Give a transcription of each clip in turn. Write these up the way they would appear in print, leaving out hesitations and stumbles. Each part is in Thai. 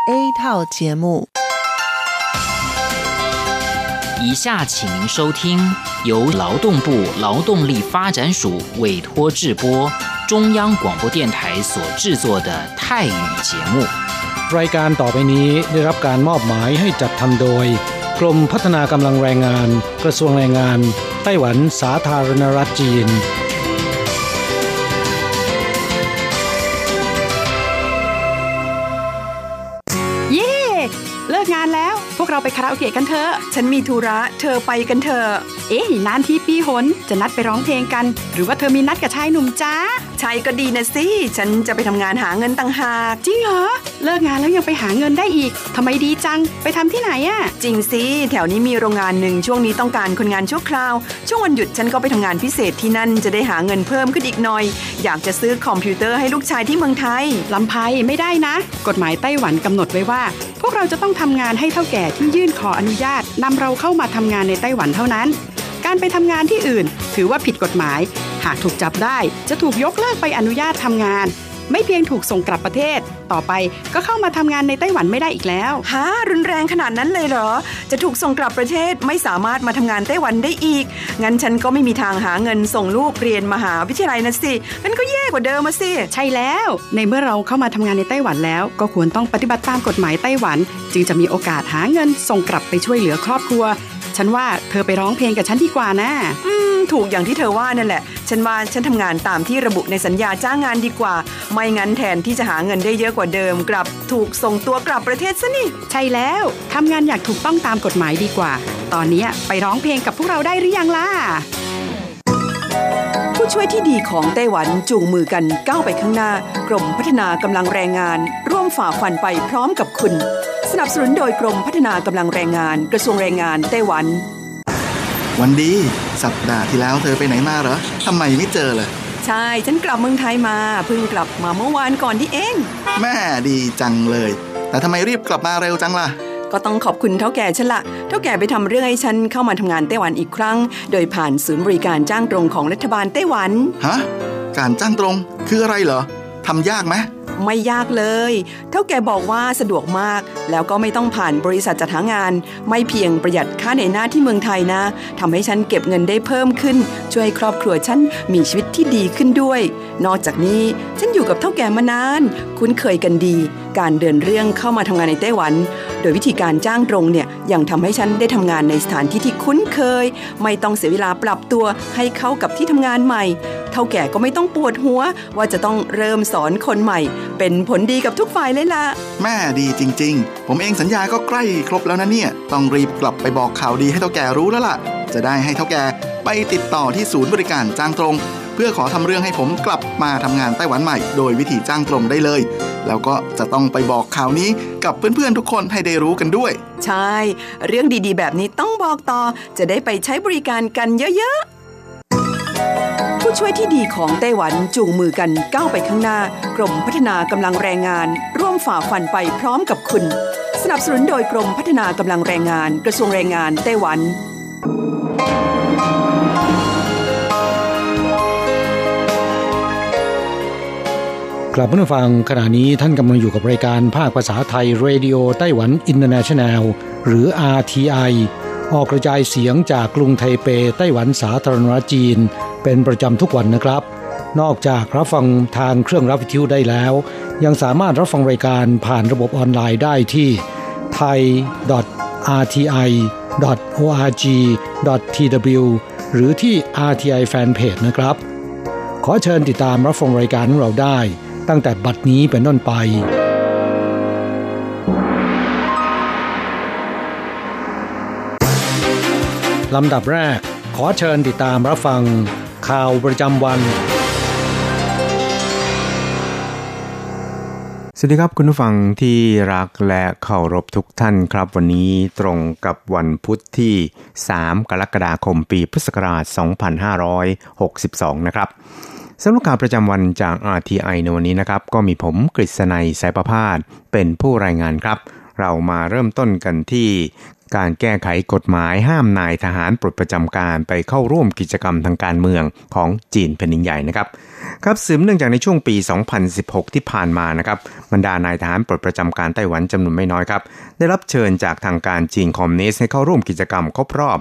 A 套节目。 以下请您收听由劳动部劳动力发展署委托制播中央广播电台所制作的泰语节目。 รายการต่อไปนี้ได้รับการมอบหมายให้จัดทำโดยกรมพัฒนากำลังแรงงานกระทรวงแรงงานไต้หวันสาธารณรัฐจีนเย้เลิกงานแล้วพวกเราไปคาราโอเกะกันเถอะฉันมีธุระเธอไปกันเถอะนานทีปีหนจะนัดไปร้องเพลงกันหรือว่าเธอมีนัดกับชายหนุ่มจ้าชายก็ดีนะสิฉันจะไปทำงานหาเงินต่างหากจริงเหรอเลิกงานแล้วยังไปหาเงินได้อีกทำไมดีจังไปทำที่ไหนอะจริงสิแถวนี้มีโรงงานหนึ่งช่วงนี้ต้องการคนงานชั่วคราวช่วงวันหยุดฉันก็ไปทำงานพิเศษที่นั่นจะได้หาเงินเพิ่มขึ้นอีกหน่อยอยากจะซื้อคอมพิวเตอร์ให้ลูกชายที่เมืองไทยลำไพไม่ได้นะกฎหมายไต้หวันกำหนดไว้ว่าพวกเราจะต้องทำงานให้เฒ่าแก่ที่ยื่นขออนุญาตนำเราเข้ามาทำงานในไต้หวันเท่านั้นการไปทำงานที่อื่นถือว่าผิดกฎหมายหากถูกจับได้จะถูกยกเลิกใบอนุญาตทำงานไม่เพียงถูกส่งกลับประเทศต่อไปก็เข้ามาทำงานในไต้หวันไม่ได้อีกแล้วฮะรุนแรงขนาดนั้นเลยเหรอจะถูกส่งกลับประเทศไม่สามารถมาทำงานไต้หวันได้อีกงั้นฉันก็ไม่มีทางหาเงินส่งลูกเรียนมหาวิทยาลัยนะสิงั้นก็แย่กว่าเดิมมาสิใช่แล้วในเมื่อเราเข้ามาทำงานในไต้หวันแล้วก็ควรต้องปฏิบัติตามกฎหมายไต้หวันจึงจะมีโอกาสหาเงินส่งกลับไปช่วยเหลือครอบครัวฉันว่าเธอไปร้องเพลงกับฉันดีกว่านะถูกอย่างที่เธอว่านั่นแหละฉันว่าฉันทำงานตามที่ระบุในสัญญาจ้างงานดีกว่าไม่งั้นแทนที่จะหาเงินได้เยอะกว่าเดิมกลับถูกส่งตัวกลับประเทศซะนี่ใช่แล้วทำงานอย่างถูกต้องตามกฎหมายดีกว่าตอนนี้ไปร้องเพลงกับพวกเราได้หรือยังล่ะผู้ช่วยที่ดีของไต้หวันจูงมือกันก้าวไปข้างหน้ากรมพัฒนากำลังแรงงานร่วมฝ่าฟันไปพร้อมกับคุณสนับสนุนโดยกรมพัฒนากำลังแรงงานกระทรวงแรงงานไต้หวันวันดีสัปดาห์ที่แล้วเธอไปไหนมาเหรอทำไมไม่เจอเลยใช่ฉันกลับเมืองไทยมาเพิ่งกลับมาเมื่อวานก่อนที่เองแม่ดีจังเลยแต่ทำไมรีบกลับมาเร็วจังล่ะก็ต้องขอบคุณเฒ่าแก่ฉันละเฒ่าแก่ไปทำเรื่องให้ฉันเข้ามาทำงานไต้หวันอีกครั้งโดยผ่านศูนย์บริการจ้างตรงของรัฐบาลไต้หวันฮะการจ้างตรงคืออะไรเหรอทำยากไหมไม่ยากเลยเฒ่าแก่บอกว่าสะดวกมากแล้วก็ไม่ต้องผ่านบริษัทจัดหางานไม่เพียงประหยัดค่าเหนื่อยหน้าที่เมืองไทยนะทำให้ฉันเก็บเงินได้เพิ่มขึ้นช่วยให้ครอบครัวฉันมีชีวิตที่ดีขึ้นด้วยนอกจากนี้ฉันอยู่กับเฒ่าแก่มานานคุ้นเคยกันดีการเดินเรื่องเข้ามาทำงานในไต้หวันโดยวิธีการจ้างตรงเนี่ยยังทำให้ฉันได้ทำงานในสถานที่ที่คุ้นเคยไม่ต้องเสียเวลาปรับตัวให้เข้ากับที่ทำงานใหม่เฒ่าแก่ก็ไม่ต้องปวดหัวว่าจะต้องเริ่มสอนคนใหม่เป็นผลดีกับทุกฝ่ายเลยล่ะแม่ดีจริงๆผมเองสัญญาก็ใกล้ครบแล้วนะเนี่ยต้องรีบกลับไปบอกข่าวดีให้เฒ่าแก่รู้แล้วล่ะจะได้ให้เฒ่าแก่ไปติดต่อที่ศูนย์บริการจ้างตรงเพื่อขอทำเรื่องให้ผมกลับมาทำงานไต้หวันใหม่โดยวิธีจ้างตรงได้เลยแล้วก็จะต้องไปบอกข่าวนี้กับเพื่อนๆทุกคนให้ได้รู้กันด้วยใช่เรื่องดีๆแบบนี้ต้องบอกต่อจะได้ไปใช้บริการกันเยอะๆผู้ช่วยที่ดีของไต้หวันจูงมือกันก้าวไปข้างหน้ากรมพัฒนากำลังแรงงานร่วมฝ่าฟันไปพร้อมกับคุณสนับสนุนโดยกรมพัฒนากำลังแรงงานกระทรวงแรงงานไต้หวันกลับมาฟังขณะนี้ท่านกำลังอยู่กับรายการภาคภาษาไทยเรดิโอไต้หวันอินเตอร์เนชั่นแนลหรือ RTI ออกกระจายเสียงจากกรุงไทเปไต้หวันสาธารณรัฐจีนเป็นประจำทุกวันนะครับนอกจากรับฟังทางเครื่องรับวิทยุได้แล้วยังสามารถรับฟังรายการผ่านระบบออนไลน์ได้ที่ thai.rti.org.tw หรือที่ RTI Fanpage นะครับขอเชิญติดตามรับฟังรายการของเราได้ตั้งแต่บัดนี้เป็นต้นไปลำดับแรกขอเชิญติดตามรับฟังข่าวประจำวันสวัสดีครับคุณผู้ฟังที่รักและเคารพทุกท่านครับวันนี้ตรงกับวันพุธที่3กรกฎาคมปีพุทธศักราช2562นะครับสำหรับข่าวประจำวันจาก RTI ในวันนี้นะครับก็มีผมกฤษณัยสายประพาสเป็นผู้รายงานครับเรามาเริ่มต้นกันที่การแก้ไขกฎหมายห้ามนายทหารปลดประจำการไปเข้าร่วมกิจกรรมทางการเมืองของจีนแผ่นดินใหญ่นะครับครับสืบเนื่องจากในช่วงปี 2016 ที่ผ่านมานะครับบรรดานายทหารปลดประจำการไต้หวันจำนวนไม่น้อยครับได้รับเชิญจากทางการจีนคอมมิวนิสต์ให้เข้าร่วมกิจกรรมครบรอบ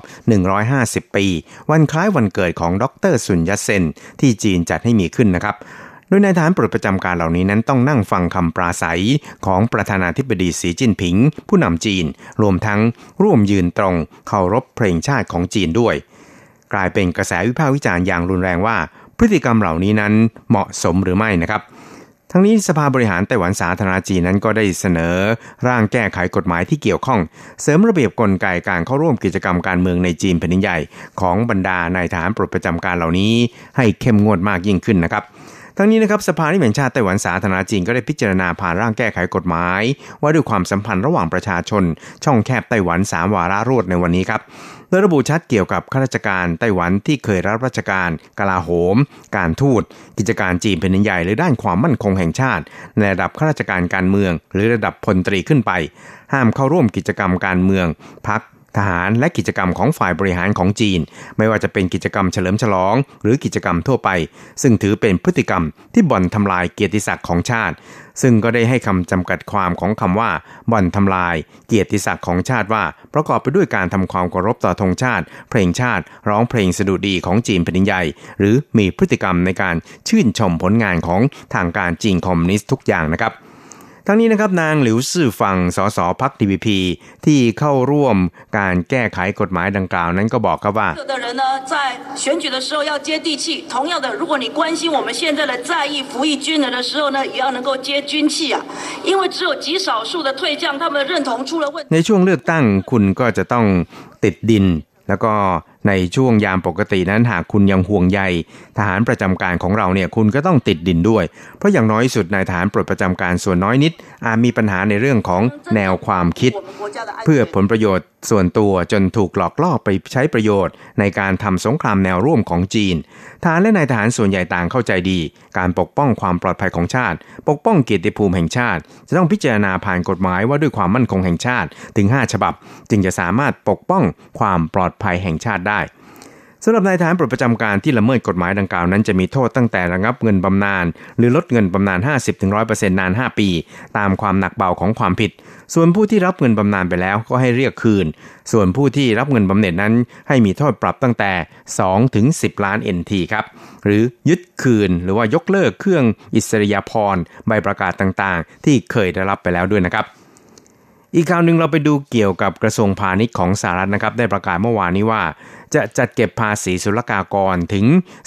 150 ปีวันคล้ายวันเกิดของดร.ซุนยัตเซนที่จีนจัดให้มีขึ้นนะครับโดยนายทหารปลดประจำการเหล่านี้นั้นต้องนั่งฟังคำปราศัยของประธานาธิบดีสีจิ้นผิงผู้นำจีนรวมทั้งร่วมยืนตรงเคารพเพลงชาติของจีนด้วยกลายเป็นกระแสวิพากษ์วิจารณ์อย่างรุนแรงว่าพฤติกรรมเหล่านี้นั้นเหมาะสมหรือไม่นะครับทั้งนี้สภาบริหารไต้หวันสาธารณจีนนั้นก็ได้เสนอร่างแก้ไขกฎหมายที่เกี่ยวข้องเสริมระเบียบกลไกการเข้าร่วมกิจกรรมการเมืองในจีนแผ่นดินใหญ่ของบรรดานายทหารปลดประจำการเหล่านี้ให้เข้มงวดมากยิ่งขึ้นนะครับทั้งนี้นะครับสภานิติบัญญัติแห่งชาติไต้หวันสาธารณจีนก็ได้พิจารณาผ่านร่างแก้ไขกฎหมายว่าด้วยความสัมพันธ์ระหว่างประชาชนช่องแคบไต้หวัน3วาระรวดในวันนี้ครับโดยระบุชัดเกี่ยวกับข้าราชการไต้หวันที่เคยรับราชการกลาโหมการทูตกิจการจีนแผ่นดินใหญ่หรือด้านความมั่นคงแห่งชาติในระดับข้าราชการการเมืองหรือระดับพลตรีขึ้นไปห้ามเข้าร่วมกิจกรรมการเมืองพรรคทหารและกิจกรรมของฝ่ายบริหารของจีนไม่ว่าจะเป็นกิจกรรมเฉลิมฉลองหรือกิจกรรมทั่วไปซึ่งถือเป็นพฤติกรรมที่บ่อนทำลายเกียรติศักดิ์ของชาติซึ่งก็ได้ให้คำจำกัดความของคำว่าบ่อนทำลายเกียรติศักดิ์ของชาติว่าประกอบไปด้วยการทำความเคารพต่อธงชาติเพลงชาติร้องเพลงสดุดีของจีนแผ่นดินใหญ่หรือมีพฤติกรรมในการชื่นชมผลงานของทางการจีนคอมมิวนิสต์ทุกอย่างนะครับทั้งนี้นะครับนางหลิวซื่อฟังสสพรรค TPP ที่เข้าร่วมการแก้ไขกฎหมายดังกล่าวนั้นก็บอกครับว่า选举的时候要接地气同样的如果你关心我们现在的在役服役军人的时候呢也要能够接军气啊因为只有极少数的退将他们的认同出了问题ในช่วงเลือกตั้งคุณก็จะต้องติดดินแล้วก็ในช่วงยามปกตินั้นหากคุณยังห่วงใยทหารประจำการของเราเนี่ยคุณก็ต้องติดดินด้วยเพราะอย่างน้อยสุดนายทหารปลดประจำการส่วนน้อยนิดอาจมีปัญหาในเรื่องของแนวความคิดเพื่อผลประโยชน์ส่วนตัวจนถูกหลอกล่อไปใช้ประโยชน์ในการทำสงครามแนวร่วมของจีนทหารและนายทหารส่วนใหญ่ต่างเข้าใจดีการปกป้องความปลอดภัยของชาติปกป้องเกียรติภูมิแห่งชาติจะต้องพิจารณาผ่านกฎหมายว่าด้วยความมั่นคงแห่งชาติถึง5ฉบับจึงจะสามารถปกป้องความปลอดภัยแห่งชาติได้สำหรับนายทหารปลดประจำการที่ละเมิดกฎหมายดังกล่าวนั้นจะมีโทษตั้งแต่ระงับเงินบำนาญหรือลดเงินบำนาญ 50-100% นาน5ปีตามความหนักเบาของความผิดส่วนผู้ที่รับเงินบำนาญไปแล้วก็ให้เรียกคืนส่วนผู้ที่รับเงินบำเหน็จนั้นให้มีโทษปรับตั้งแต่2 ถึง 10 ล้าน NT ครับหรือยึดคืนหรือว่ายกเลิกเครื่องอิสริยาภรณ์ใบประกาศต่างๆที่เคยได้รับไปแล้วด้วยนะครับอีกข่าวหนึ่งเราไปดูเกี่ยวกับกระทรวงพาณิชย์ของสหรัฐนะครับได้ประกาศเมื่อวานนี้ว่าจะจัดเก็บภาษีศุลกากรถึง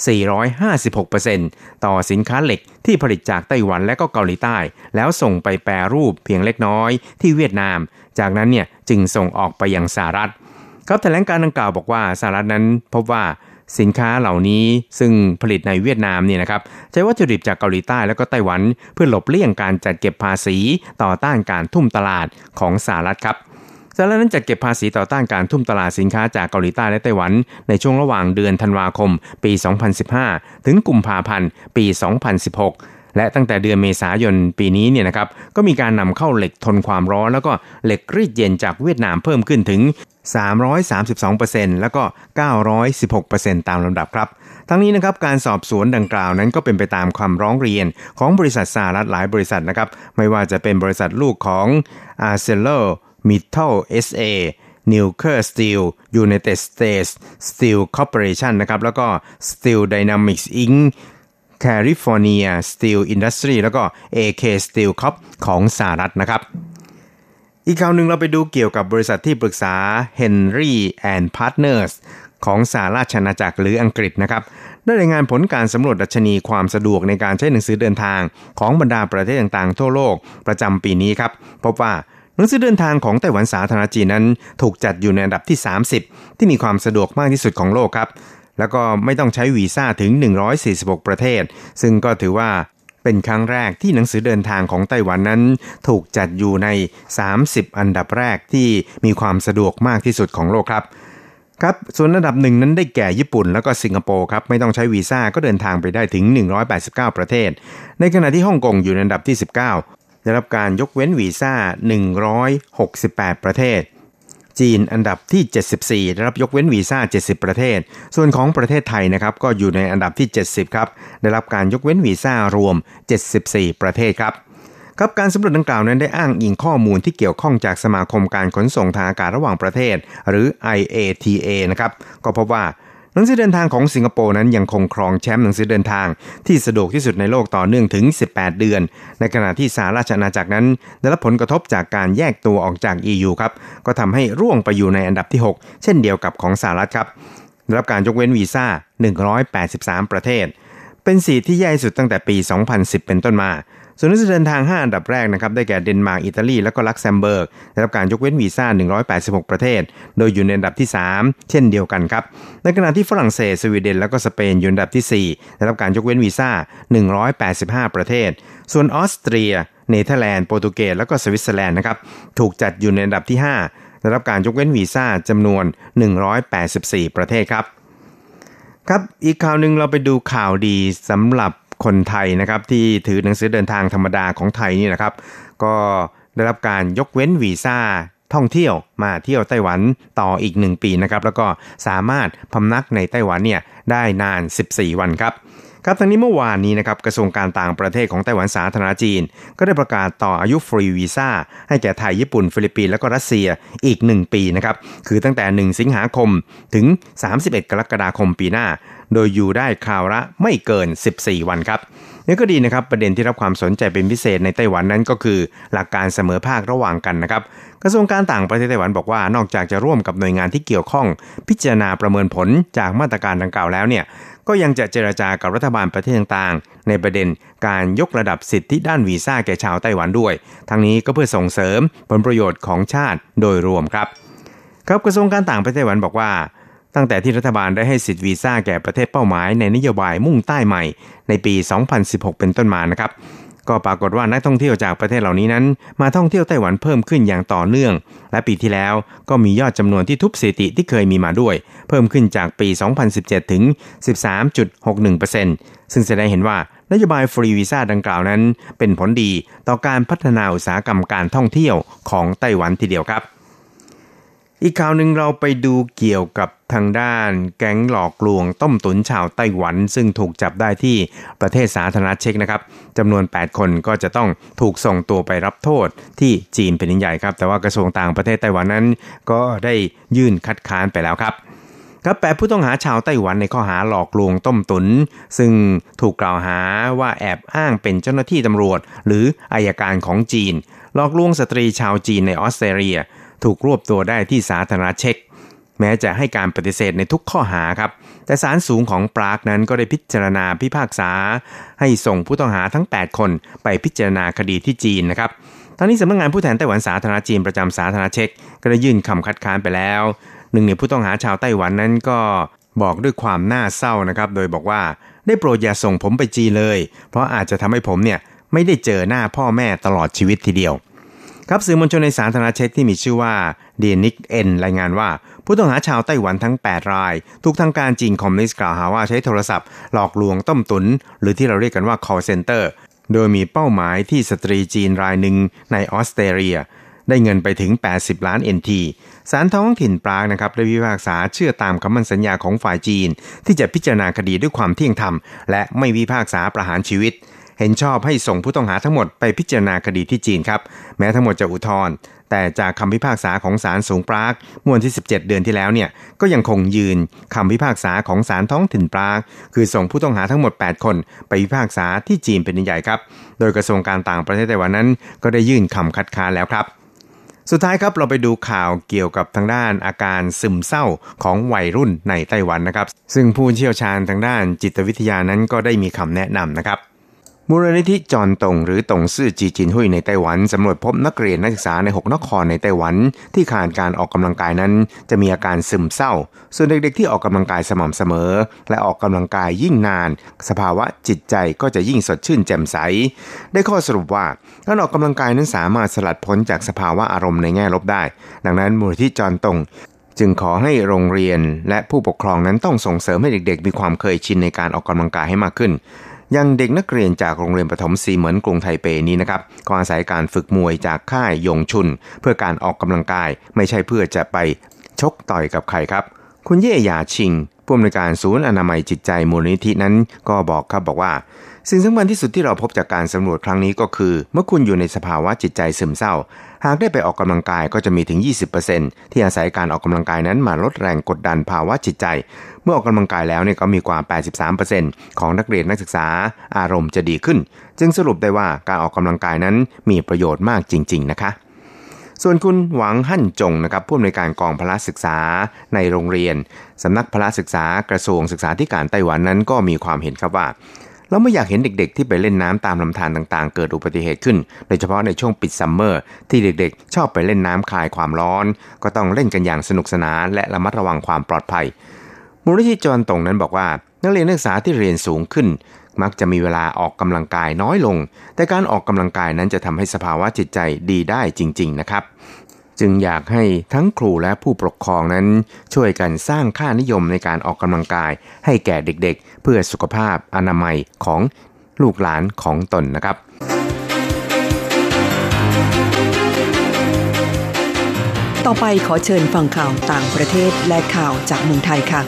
456% ต่อสินค้าเหล็กที่ผลิตจากไต้หวันและก็เกาหลีใต้แล้วส่งไปแปรรูปเพียงเล็กน้อยที่เวียดนามจากนั้นเนี่ยจึงส่งออกไปยังสหรัฐครับแถลงการดังกล่าวบอกว่าสหรัฐนั้นพบว่าสินค้าเหล่านี้ซึ่งผลิตในเวียดนามเนี่ยนะครับใช้วัตถุดิบจากเกาหลีใต้แล้วก็ไต้หวันเพื่อหลบเลี่ยงการจัดเก็บภาษีต่อต้านการทุ่มตลาดของสหรัฐครับสหรัฐนั้นจัดเก็บภาษีต่อต้านการทุ่มตลาดสินค้าจากเกาหลีใต้และไต้หวันในช่วงระหว่างเดือนธันวาคมปี 2015 ถึงกุมภาพันธ์ปี 2016 และตั้งแต่เดือนเมษายนปีนี้เนี่ยนะครับก็มีการนำเข้าเหล็กทนความร้อนแล้วก็เหล็กรีดเย็นจากเวียดนามเพิ่มขึ้นถึง 332% แล้วก็ 916% ตามลำดับครับทั้งนี้นะครับการสอบสวนดังกล่าวนั้นก็เป็นไปตามความร้องเรียนของบริษัทสหรัฐหลายบริษัทนะครับไม่ว่าจะเป็นบริษัทลูกของ ArcelorMittal SA Nuclear Steel United States Steel Corporation นะครับแล้วก็ Steel Dynamics Inc California Steel Industry แล้วก็ AK Steel Corp ของสหรัฐนะครับอีกข่าวหนึ่งเราไปดูเกี่ยวกับบริษัทที่ปรึกษา Henry and Partners ของสหราชอาณาจักรหรืออังกฤษนะครับได้รายงานผลการสำรวจดัชนีความสะดวกในการใช้หนังสือเดินทางของบรรดาประเทศต่างๆทั่วโลกประจำปีนี้ครับพบว่าหนังสือเดินทางของไต้หวันสาธารณจีนนั้นถูกจัดอยู่ในอันดับที่30ที่มีความสะดวกมากที่สุดของโลกครับแล้วก็ไม่ต้องใช้วีซ่าถึง146ประเทศซึ่งก็ถือว่าเป็นครั้งแรกที่หนังสือเดินทางของไต้หวันนั้นถูกจัดอยู่ใน30อันดับแรกที่มีความสะดวกมากที่สุดของโลกครับส่วนอันดับ1นั้นได้แก่ญี่ปุ่นแล้วก็สิงคโปร์ครับไม่ต้องใช้วีซ่าก็เดินทางไปได้ถึง189ประเทศในขณะที่ฮ่องกงอยู่ในอันดับที่19ได้รับการยกเว้นวีซ่า168ประเทศจีนอันดับที่74ได้รับยกเว้นวีซ่า70ประเทศส่วนของประเทศไทยนะครับก็อยู่ในอันดับที่70ครับได้รับการยกเว้นวีซ่ารวม74ประเทศครับการสำรวจดังกล่าวนั้นได้อ้างอิงข้อมูลที่เกี่ยวข้องจากสมาคมการขนส่งทางอากาศระหว่างประเทศหรือ IATA นะครับก็พบว่าหนังสือเดินทางของสิงคโปร์นั้นยังคงครองแชมป์หนังสือเดินทางที่สะดวกที่สุดในโลกต่อเนื่องถึง18เดือนในขณะที่สหราชอาณาจักรนั้นได้รับผลกระทบจากการแยกตัวออกจาก EU ครับก็ทำให้ร่วงไปอยู่ในอันดับที่6เช่นเดียวกับของสหรัฐครับได้รับการยกเว้นวีซ่า183ประเทศเป็นสีที่แย่ที่สุดตั้งแต่ปี2010เป็นต้นมาส่วนนักเดินทาง5อันดับแรกนะครับได้แก่เดนมาร์กอิตาลีและก็ลักเซมเบิร์กได้รับการยกเว้นวีซ่า186ประเทศโดยอยู่ในอันดับที่3เช่นเดียวกันครับในขณะที่ฝรั่งเศสสวีเดนและก็สเปนอยู่อันดับที่4ได้รับการยกเว้นวีซ่า185ประเทศส่วนออสเตรียเนเธอร์แลนด์โปรตุเกสและก็สวิตเซอร์แลนด์นะครับถูกจัดอยู่ในอันดับที่5ได้รับการยกเว้นวีซ่าจำนวน184ประเทศครับอีกข่าวนึงเราไปดูข่าวดีสำหรับคนไทยนะครับที่ถือหนังสือเดินทางธรรมดาของไทยนี่นะครับก็ได้รับการยกเว้นวีซ่าท่องเที่ยวมาเที่ยวไต้หวันต่ออีก1ปีนะครับแล้วก็สามารถพำนักในไต้หวันเนี่ยได้นาน14วันครับทั้งนี้เมื่อวานนี้นะครับกระทรวงการต่างประเทศของไต้หวันสาธารณรัฐจีนก็ได้ประกาศต่ออายุฟรีวีซ่าให้แก่ไทยญี่ปุ่นฟิลิปปินส์และก็รัสเซียอีก1ปีนะครับคือตั้งแต่1สิงหาคมถึง31กรกฎาคมปีหน้าโดยอยู่ได้คราวละไม่เกิน14วันครับนี่ก็ดีนะครับประเด็นที่รับความสนใจเป็นพิเศษในไต้หวันนั้นก็คือหลักการเสมอภาคระหว่างกันนะครับกระทรวงการต่างประเทศไต้หวันบอกว่านอกจากจะร่วมกับหน่วยงานที่เกี่ยวข้องพิจารณาประเมินผลจากมาตรการดังกล่าวแล้วเนี่ยก็ยังจะเจรจากับรัฐบาลประเทศต่างๆในประเด็นการยกระดับสิทธิด้านวีซ่าแก่ชาวไต้หวันด้วยทั้งนี้ก็เพื่อส่งเสริมผลประโยชน์ของชาติโดยรวมครับกระทรวงการต่างประเทศไต้หวันบอกว่าตั้งแต่ที่รัฐบาลได้ให้สิทธิวีซ่าแก่ประเทศเป้าหมายในนโยบายมุ่งใต้ใหม่ในปี 2016 เป็นต้นมานะครับก็ปรากฏว่านักท่องเที่ยวจากประเทศเหล่านี้นั้นมาท่องเที่ยวไต้หวันเพิ่มขึ้นอย่างต่อเนื่องและปีที่แล้วก็มียอดจำนวนที่ทุบสถิติที่เคยมีมาด้วยเพิ่มขึ้นจากปี 2017 ถึง 13.61% ซึ่งแสดงเห็นว่านโยบายฟรีวีซ่าดังกล่าวนั้นเป็นผลดีต่อการพัฒนาอุตสาหกรรมการท่องเที่ยวของไต้หวันทีเดียวครับอีกข่าวนึงเราไปดูเกี่ยวกับทางด้านแก๊งหลอกลวงต้มตุ๋นชาวไต้หวันซึ่งถูกจับได้ที่ประเทศสาธารณรัฐเช็กนะครับจำนวน8คนก็จะต้องถูกส่งตัวไปรับโทษที่จีนเป็นใหญ่ครับแต่ว่ากระทรวงต่างประเทศไต้หวันนั้นก็ได้ยื่นคัดค้านไปแล้วครับ8ผู้ต้องหาชาวไต้หวันในข้อหาหลอกลวงต้มตุ๋นซึ่งถูกกล่าวหาว่าแอบอ้างเป็นเจ้าหน้าที่ตำรวจหรืออัยการของจีนหลอกลวงสตรีชาวจีนในออสเตรเลียถูกรวบตัวได้ที่สาธารณรัฐเช็กแม้จะให้การปฏิเสธในทุกข้อหาครับแต่ศาลสูงของปรากนั้นก็ได้พิจารณาพิพากษาให้ส่งผู้ต้องหาทั้ง8คนไปพิจารณาคดีที่จีนนะครับทั้งนี้สำนักงานผู้แทนไต้หวันสาธารณจีนประจำสาธารณเช็กก็ได้ยื่นคำคัดค้านไปแล้วหนึ่งในผู้ต้องหาชาวไต้หวันนั้นก็บอกด้วยความน่าเศร้านะครับโดยบอกว่าได้โปรดอย่าส่งผมไปจีนเลยเพราะอาจจะทำให้ผมเนี่ยไม่ได้เจอหน้าพ่อแม่ตลอดชีวิตทีเดียวสื่อมวลชนในสาธารณรัฐเช็กที่มีชื่อว่าเดียนิกเอ็นรายงานว่าผู้ต้องหาชาวไต้หวันทั้ง8รายถูกทางการจีนคอมมิวนิสต์กล่าวหาว่าใช้โทรศัพท์หลอกลวงต้มตุ๋นหรือที่เราเรียกกันว่า call center โดยมีเป้าหมายที่สตรีจีนรายหนึ่งในออสเตรเลียได้เงินไปถึง80ล้าน NT ศาลท้องถิ่นปรากนะครับได้พิพากษาเชื่อตามคำมั่นสัญญาของฝ่ายจีนที่จะพิจารณาคดีด้วยความเที่ยงธรรมและไม่พิพากษาประหารชีวิตเห็นชอบให้ส่งผู้ต้องหาทั้งหมดไปพิจารณาคดีที่จีนครับแม้ทั้งหมดจะอุทธรณ์แต่จากคำพิพากษาของศาลสูงปรากเมื่อวันที่17เดือนที่แล้วเนี่ยก็ยังคงยืนคำพิพากษาของศาลท้องถิ่นปรากคือส่งผู้ต้องหาทั้งหมด8คนไปพิพากษาที่จีนเป็นใหญ่ครับโดยกระทรวงการต่างประเทศไต้หวันนั้นก็ได้ยื่นคำคัดค้านแล้วครับสุดท้ายครับเราไปดูข่าวเกี่ยวกับทางด้านอาการซึมเศร้าของวัยรุ่นในไต้หวันนะครับซึ่งผู้เชี่ยวชาญทางด้านจิตวิทยานั้นก็ได้มีคำแนะนำนะครับมูลนิธิจอนตงหรือตงซื่อจีจินหุยในไต้หวันสำรวจพบนักเรียนนักศึกษาใน6นครในไต้หวันที่ขาดการออกกำลังกายนั้นจะมีอาการซึมเศร้าส่วนเด็กๆที่ออกกำลังกายสม่ำเสมอและออกกำลังกายยิ่งนานสภาวะจิตใจก็จะยิ่งสดชื่นแจ่มใสได้ข้อสรุปว่าการออกกำลังกายนั้นสามารถสลัดพ้นจากสภาวะอารมณ์ในแง่ลบได้ดังนั้นมูลนิธิจอนตงจึงขอให้โรงเรียนและผู้ปกครองนั้นต้องส่งเสริมให้เด็กๆมีความเคยชินในการออกกำลังกายให้มากขึ้นยังเด็กนักเรียนจากโรงเรียนประถมสีเหมือนกรุงไทเปนี้นะครับก็อาศัยการฝึกมวยจากค่ายยงชุนเพื่อการออกกำลังกายไม่ใช่เพื่อจะไปชกต่อยกับใครครับคุณเย่หยาชิงผู้อำนวยการศูนย์อนามัยจิตใจมูลนิธินั้นก็บอกว่าสิ่งสำคัญที่สุดที่เราพบจากการสำรวจครั้งนี้ก็คือเมื่อคุณอยู่ในสภาวะจิตใจซึมเศร้าหากได้ไปออกกำลังกายก็จะมีถึง 20% ที่อาศัยการออกกำลังกายนั้นมาลดแรงกดดันภาวะจิตใจเมื่อออกกำลังกายแล้วเนี่ยก็มีกว่า 83% ของนักเรียนนักศึกษาอารมณ์จะดีขึ้นจึงสรุปได้ว่าการออกกำลังกายนั้นมีประโยชน์มากจริงๆนะคะส่วนคุณหวังหั่นจงนะครับผู้อำนวยการกองพละศึกษาในโรงเรียนสำนักพละศึกษากระทรวงศึกษาธิการไต้หวันนั้นก็มีความเห็นครับว่าเราไม่อยากเห็นเด็กๆที่ไปเล่นน้ำตามลำธารต่างๆเกิดอุบัติเหตุขึ้นโดยเฉพาะในช่วงปิดซัมเมอร์ที่เด็กๆชอบไปเล่นน้ำคลายความร้อนก็ต้องเล่นกันอย่างสนุกสนานและระมัดระวังความปลอดภัยมูลนิธิจวนตงนั้นบอกว่านักเรียนนักศึกษาที่เรียนสูงขึ้นมักจะมีเวลาออกกำลังกายน้อยลงแต่การออกกำลังกายนั้นจะทำให้สภาวะจิตใจดีได้จริงๆนะครับจึงอยากให้ทั้งครูและผู้ปกครองนั้นช่วยกันสร้างค่านิยมในการออกกำลังกายให้แก่เด็กๆเพื่อสุขภาพอนามัยของลูกหลานของตนนะครับต่อไปขอเชิญฟังข่าวต่างประเทศและข่าวจากเมืองไทยค่ะ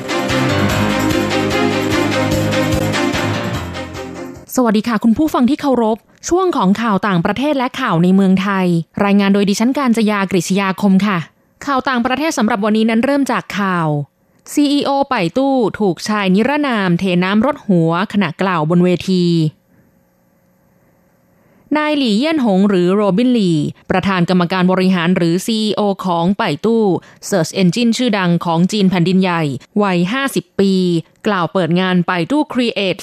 สวัสดีค่ะคุณผู้ฟังที่เคารพช่วงของข่าวต่างประเทศและข่าวในเมืองไทยรายงานโดยดิฉันกาญจยากฤษยาคมค่ะข่าวต่างประเทศสำหรับวันนี้นั้นเริ่มจากข่าว CEO ป่ายตู้ถูกชายนิรนามเทน้ำรดหัวขณะกล่าวบนเวทีนายหลี่เยี่ยนหงหรือโรบินหลี่ประธานกรรมการบริหารหรือ CEO ของป่ายตู้ Search Engine ชื่อดังของจีนแผ่นดินใหญ่วัย50 ปีกล่าวเปิดงานป่ายตู้ Create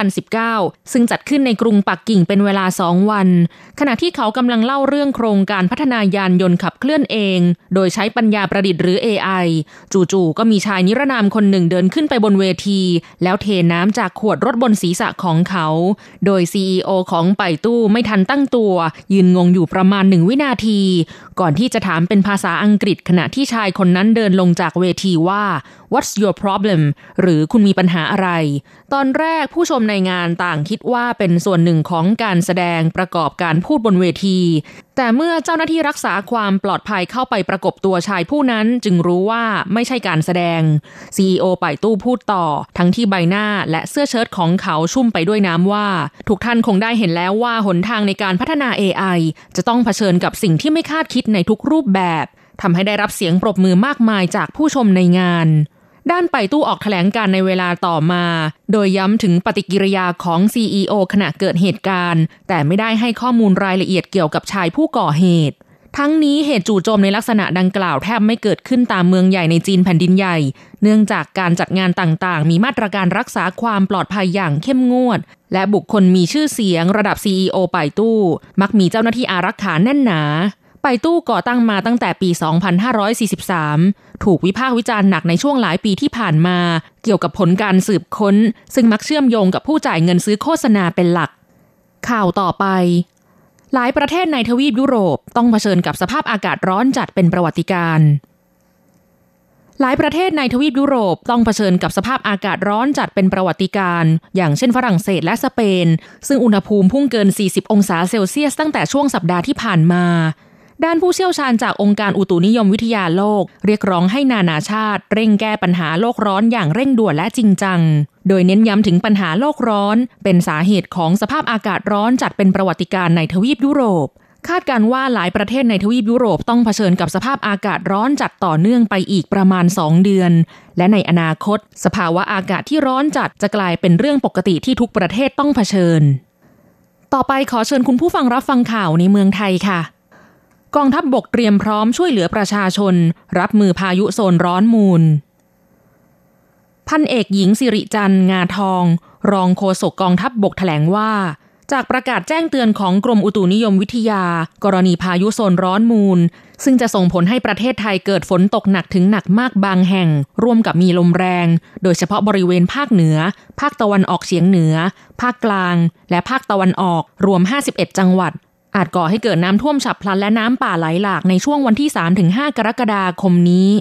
2019 ซึ่งจัดขึ้นในกรุงปักกิ่งเป็นเวลา2 วันขณะที่เขากำลังเล่าเรื่องโครงการพัฒนายานยนต์ขับเคลื่อนเองโดยใช้ปัญญาประดิษฐ์หรือ AI จู่ๆก็มีชายนิรนามคนหนึ่งเดินขึ้นไปบนเวทีแล้วเทน้ำจากขวดรถบนศีรษะของเขาโดย CEO ของป่ายตู้ไม่ทันตั้งตัวยืนงงอยู่ประมาณ1 วินาทีก่อนที่จะถามเป็นภาษาอังกฤษขณะที่ชายคนนั้นเดินลงจากเวทีว่า What's your problem หรือคุณมีปัญหาอะไรตอนแรกผู้ชมในงานต่างคิดว่าเป็นส่วนหนึ่งของการแสดงประกอบการพูดบนเวทีแต่เมื่อเจ้าหน้าที่รักษาความปลอดภัยเข้าไปประกบตัวชายผู้นั้นจึงรู้ว่าไม่ใช่การแสดง CEO ป่ายตู้พูดต่อทั้งที่ใบหน้าและเสื้อเชิ้ตของเขาชุ่มไปด้วยน้ำว่าทุกท่านคงได้เห็นแล้วว่าหนทางในการพัฒนา AI จะต้องเผชิญกับสิ่งที่ไม่คาดคิดในทุกรูปแบบทำให้ได้รับเสียงปรบมือมากมายจากผู้ชมในงานด้านป่ายตู้ออกแถลงการในเวลาต่อมาโดยย้ำถึงปฏิกิริยาของ CEO ขณะเกิดเหตุการณ์แต่ไม่ได้ให้ข้อมูลรายละเอียดเกี่ยวกับชายผู้ก่อเหตุทั้งนี้เหตุจู่โจมในลักษณะดังกล่าวแทบไม่เกิดขึ้นตามเมืองใหญ่ในจีนแผ่นดินใหญ่เนื่องจากการจัดงานต่างๆมีมาตรการรักษาความปลอดภัยอย่างเข้มงวดและบุคคลมีชื่อเสียงระดับ CEO ป่ายตู้มักมีเจ้าหน้าที่อารักขาแน่นหนาป่ายตู้ก่อตั้งมาตั้งแต่ปี 2543 ถูกวิพากษ์วิจารณ์หนักในช่วงหลายปีที่ผ่านมาเกี่ยวกับผลการสืบค้นซึ่งมักเชื่อมโยงกับผู้จ่ายเงินซื้อโฆษณาเป็นหลักข่าวต่อไปหลายประเทศในทวีปยุโรปต้องเผชิญกับสภาพอากาศร้อนจัดเป็นประวัติการณ์หลายประเทศในทวีปยุโรปต้องเผชิญกับสภาพอากาศร้อนจัดเป็นประวัติการณ์อย่างเช่นฝรั่งเศสและสเปนซึ่งอุณหภูมิพุ่งเกิน40องศาเซลเซียสตั้งแต่ช่วงสัปดาห์ที่ผ่านมาด้านผู้เชี่ยวชาญจากองค์การอุตุนิยมวิทยาโลกเรียกร้องให้นานาชาติเร่งแก้ปัญหาโลกร้อนอย่างเร่งด่วนและจริงจังโดยเน้นย้ำถึงปัญหาโลกร้อนเป็นสาเหตุของสภาพอากาศร้อนจัดเป็นประวัติการณ์ในทวีปยุโรปคาดการณ์ว่าหลายประเทศในทวีปยุโรปต้องเผชิญกับสภาพอากาศร้อนจัดต่อเนื่องไปอีกประมาณ2 เดือนและในอนาคตสภาวะอากาศที่ร้อนจัดจะกลายเป็นเรื่องปกติที่ทุกประเทศต้องเผชิญต่อไปขอเชิญคุณผู้ฟังรับฟังข่าวในเมืองไทยค่ะกองทัพบกเตรียมพร้อมช่วยเหลือประชาชนรับมือพายุโซนร้อนมูลพันเอกหญิงสิริจันทร์งาทองรองโฆษกกองทัพบกแถลงว่าจากประกาศแจ้งเตือนของกรมอุตุนิยมวิทยากรณีพายุโซนร้อนมูลซึ่งจะส่งผลให้ประเทศไทยเกิดฝนตกหนักถึงหนักมากบางแห่งร่วมกับมีลมแรงโดยเฉพาะบริเวณภาคเหนือภาคตะวันออกเฉียงเหนือภาคกลางและภาคตะวันออกรวม51จังหวัดอาจก่อให้เกิดน้ำท่วมฉับพลันและน้ำป่าไหลหลากในช่วงวันที่ 3-5 กรกฎาคมนี้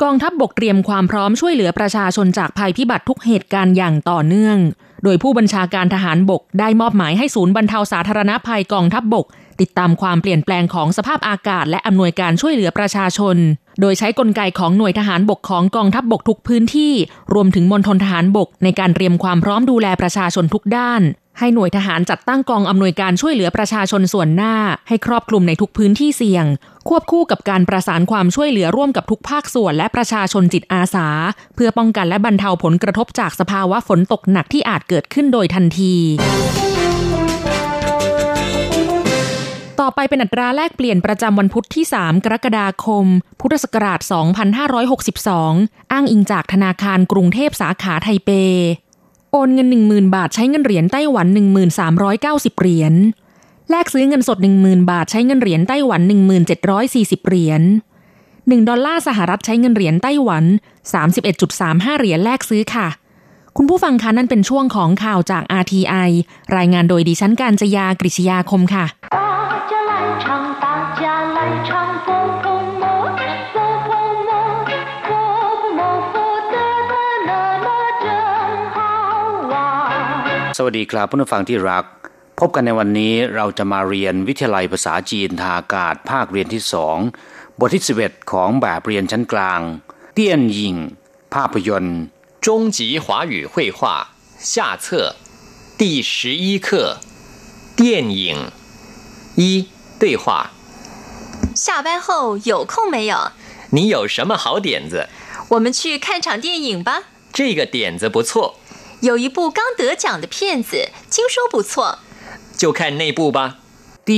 กองทัพบกเตรียมความพร้อมช่วยเหลือประชาชนจากภัยพิบัติทุกเหตุการณ์อย่างต่อเนื่องโดยผู้บัญชาการทหารบกได้มอบหมายให้ศูนย์บรรเทาสาธารณภัยกองทัพบกติดตามความเปลี่ยนแปลงของสภาพอากาศและอำนวยการช่วยเหลือประชาชนโดยใช้กลไกของหน่วยทหารบกของกองทัพบกทุกพื้นที่รวมถึงมณฑลทหารบกในการเตรียมความพร้อมดูแลประชาชนทุกด้านให้หน่วยทหารจัดตั้งกองอำนวยการช่วยเหลือประชาชนส่วนหน้าให้ครอบคลุมในทุกพื้นที่เสี่ยงควบคู่กับการประสานความช่วยเหลือร่วมกับทุกภาคส่วนและประชาชนจิตอาสาเพื่อป้องกันและบรรเทาผลกระทบจากสภาวะฝนตกหนักที่อาจเกิดขึ้นโดยทันทีต่อไปเป็นอัตราแลกเปลี่ยนประจำวันพุธที่3กรกฎาคมพุทธศักราช2562อ้างอิงจากธนาคารกรุงเทพสาขาไทเปโอนเงิน 10,000 บาทใช้เงินเหรียญไต้หวัน 1390 เหรียญแลกซื้อเงินสด 10,000 บาทใช้เงินเหรียญไต้หวัน 1740 เหรียญ1ดอลลาร์สหรัฐใช้เงินเหรียญไต้หวัน 31.35 เหรียญแลกซื้อค่ะคุณผู้ฟังคะนั่นเป็นช่วงของข่าวจาก RTI รายงานโดยดิฉันกาญจยากฤษยาคมค่ะสวัสดีครับผู้ฟังที่รักพบกันในวันนี้เราจะมาเรียนวิทยาลัยภาษาจีนทางอากาศภาคเรียนที่2บทที่11ของแบบเรียนชั้นกลางเตี้ยนหญิงภาพยนตร์中级华语绘画下册第11课电影一对话下班后有空没有？ 你有什么好点子？ 我们去看场电影吧。 这个点子不错。 有一部刚得奖的片子，听说不错。 就看那部吧。 第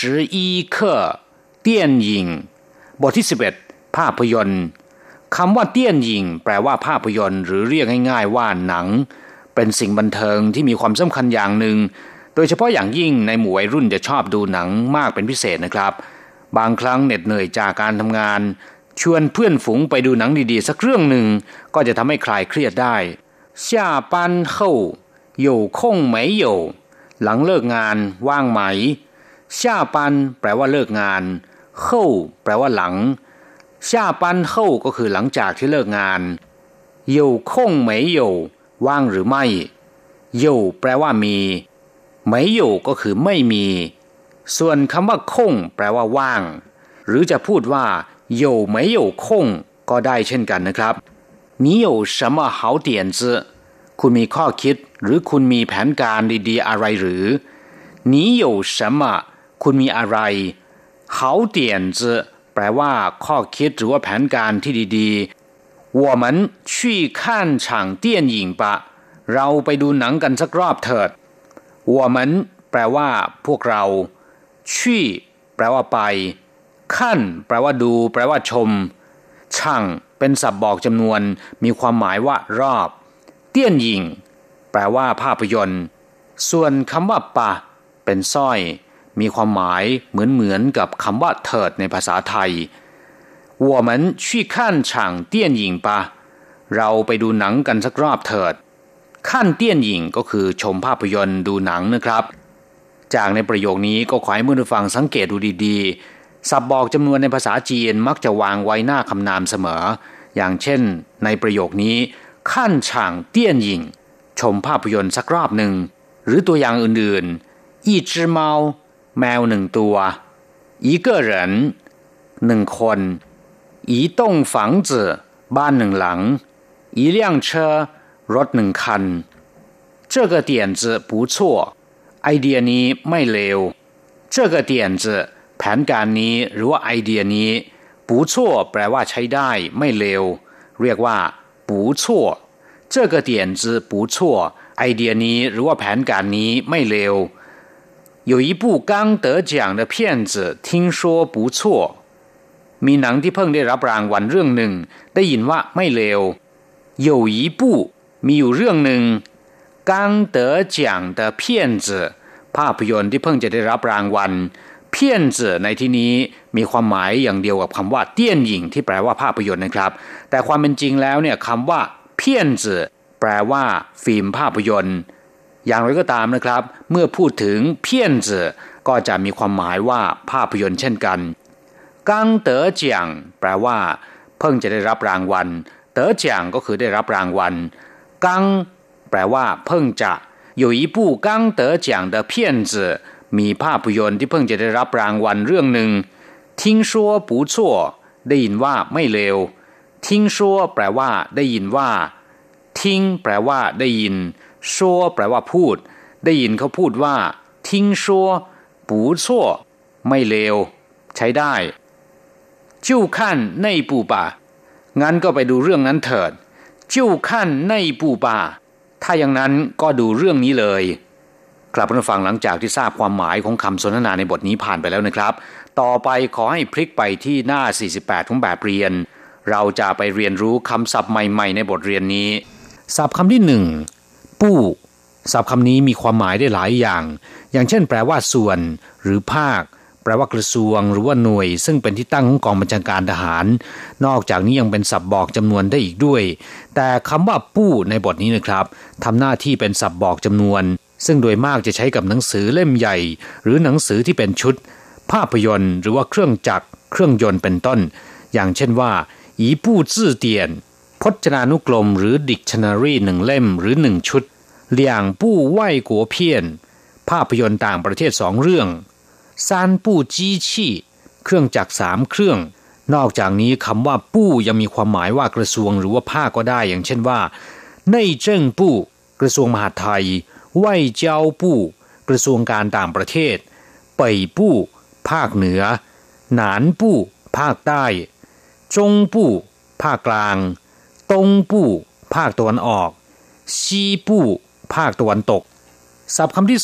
11课电影บทที่11ภาพยนตร์คำว่าเตี้ยนหญิงแปลว่าภาพยนตร์หรือเรียกง่ายๆว่าหนังเป็นสิ่งบันเทิงที่มีความสำคัญอย่างหนึ่งโดยเฉพาะอย่างยิ่งในหมู่วัยรุ่นจะชอบดูหนังมากเป็นพิเศษนะครับบางครั้งเหน็ดเหนื่อยจากการทำงานชวนเพื่อนฝูงไปดูหนังดีๆสักเรื่องหนึ่งก็จะทำให้คลายเครียดได้下班后有空没有หลังเลิกงานว่างไหม下班แปลว่าเลิกงาน后แปลว่าหลัง下班后ก็คือหลังจากที่เลิกงาน有空没有ว่างหรือไม่有แปลว่ามี没有ก็คือไม่มีส่วนคำว่าคงแปลว่าว่างหรือจะพูดว่า有没有空ก็ได้เช่นกันนะครับ你有什么好点子คุณมีข้อคิดหรือคุณมีแผนการดีๆอะไรหรือ你有什么คุณมีอะไร好点子แปลว่าข้อคิดหรือว่าแผนการที่ดีๆ我们去看场电影吧เราไปดูหนังกันสักรอบเถิด我们แปลว่าพวกเรา去แปลว่าไปขั้นแปลว่าดูแปลว่าชมช่างเป็นศัพท์บอกจำนวนมีความหมายว่ารอบเตี้ยนหญิงแปลว่าภาพยนตร์ส่วนคำว่าปะเป็นสร้อยมีความหมายเหมือนกับคำว่าเถิดในภาษาไทย我们去看场电影吧เราไปดูหนังกันสักรอบเถิดขั้นเตี้ยนหญิงก็คือชมภาพยนตร์ดูหนังนะครับจากในประโยคนี้ก็ขอให้ผู้ฟังสังเกตดูดีๆศัพท์บอกจำนวนในภาษาจีนมักจะวางไว้หน้าคำนามเสมออย่างเช่นในประโยคนี้ขั้นฉางเตี้ยนหญิงชมภาพยนตร์สักรอบหนึ่งหรือตัวอย่างอื่นๆ一只猫แมวหนึ่งตัว一个人หนึ่งคน一栋房子บ้านหนึ่งหลัง一辆车รถหนึ่งคัน这个点子不错ไอเดียนี้ไม่เลว这个点子แผนการนี้หรือว่าไอเดียนี้不错แปลว่าใช้ได้ไม่เลวเรียกว่า不错这个点子不错ไอเดียนี้หรือว่าแผนการนี้ไม่เลว有一部刚得奖的片子听说不错มีหนังที่เพิ่งได้รับรางวัลเรื่องหนึ่งได้ยินว่าไม่เลว有一部มีอยู่เรื่องหนึ่ง刚得奖的片子ภาพยนตร์ที่เพิ่งจะได้รับรางวัลเพี้ยนจื่อในที่นี้มีความหมายอย่างเดียวกับคำว่าเตี้ยนหญิงที่แปลว่าภาพยนตร์นะครับแต่ความเป็นจริงแล้วเนี่ยคำว่าเพี้ยนจื่อแปลว่าฟิล์มภาพยนตร์อย่างไรก็ตามนะครับเมื่อพูดถึงเพี้ยนจื่อก็จะมีความหมายว่าภาพยนตร์เช่นกันกังเต๋อเจียงแปลว่าเพิ่งจะได้รับรางวัลเต๋อจ่างก็คือได้รับรางวัลกังแปลว่าเพิ่งจะ有一部刚得奖的片子มีภาพยนตร์ที่เพิ่งจะได้รับรางวัลเรื่องหนึ่ง听说不错ได้ยินว่าไม่เลว听说แปลว่าได้ยินว่าทิ้งแปลว่าได้ยิน说แปลว่าพูดได้ยินเขาพูดว่า听说不错ไม่เลวใช้ได้就看那部吧งั้นก็ไปดูเรื่องนั้นเถิด就看那部吧ถ้าอย่างนั้นก็ดูเรื่องนี้เลยครับท่านผู้ฟังหลังจากที่ทราบความหมายของคำสนทนาในบทนี้ผ่านไปแล้วนะครับต่อไปขอให้พลิกไปที่หน้า48ของแบบเรียนเราจะไปเรียนรู้คำศัพท์ใหม่ๆในบทเรียนนี้ศัพท์คำที่1ปู้ศัพท์คำนี้มีความหมายได้หลายอย่างเช่นแปลว่าส่วนหรือภาคแปลว่ากระทรวงหรือว่าหน่วยซึ่งเป็นที่ตั้งของกองบัญชาการทหารนอกจากนี้ยังเป็นศัพท์บอกจำนวนได้อีกด้วยแต่คำว่าปู้ในบทนี้นะครับทำหน้าที่เป็นศัพท์บอกจำนวนซึ่งโดยมากจะใช้กับหนังสือเล่มใหญ่หรือหนังสือที่เป็นชุดภาพยนตร์หรือว่าเครื่องจักรเครื่องยนต์เป็นต้นอย่างเช่นว่าอีปู้จื่อเตียนพจนานุกรมหรือ Dictionary 1 เล่มหรือ1ชุดเหลี่ยงปู้ไหว้กัวเพี้ยนภาพยนตร์ต่างประเทศ2เรื่องซานปู้จี้ชี่เครื่องจักร3เครื่องนอกจากนี้คำว่าปู้ยังมีความหมายว่ากระทรวงหรือว่าภาคก็ได้อย่างเช่นว่า内政部กระทรวงมหาดไทย外交部กระทรวงการต่างประเทศเป่ยปู้ภาคเหนือหนานปู้ภาคใต้จงปู้ภาคกลางตงปู้ภาคตะวันออกซีปู้ภาคตะวันตกศัพท์คำที่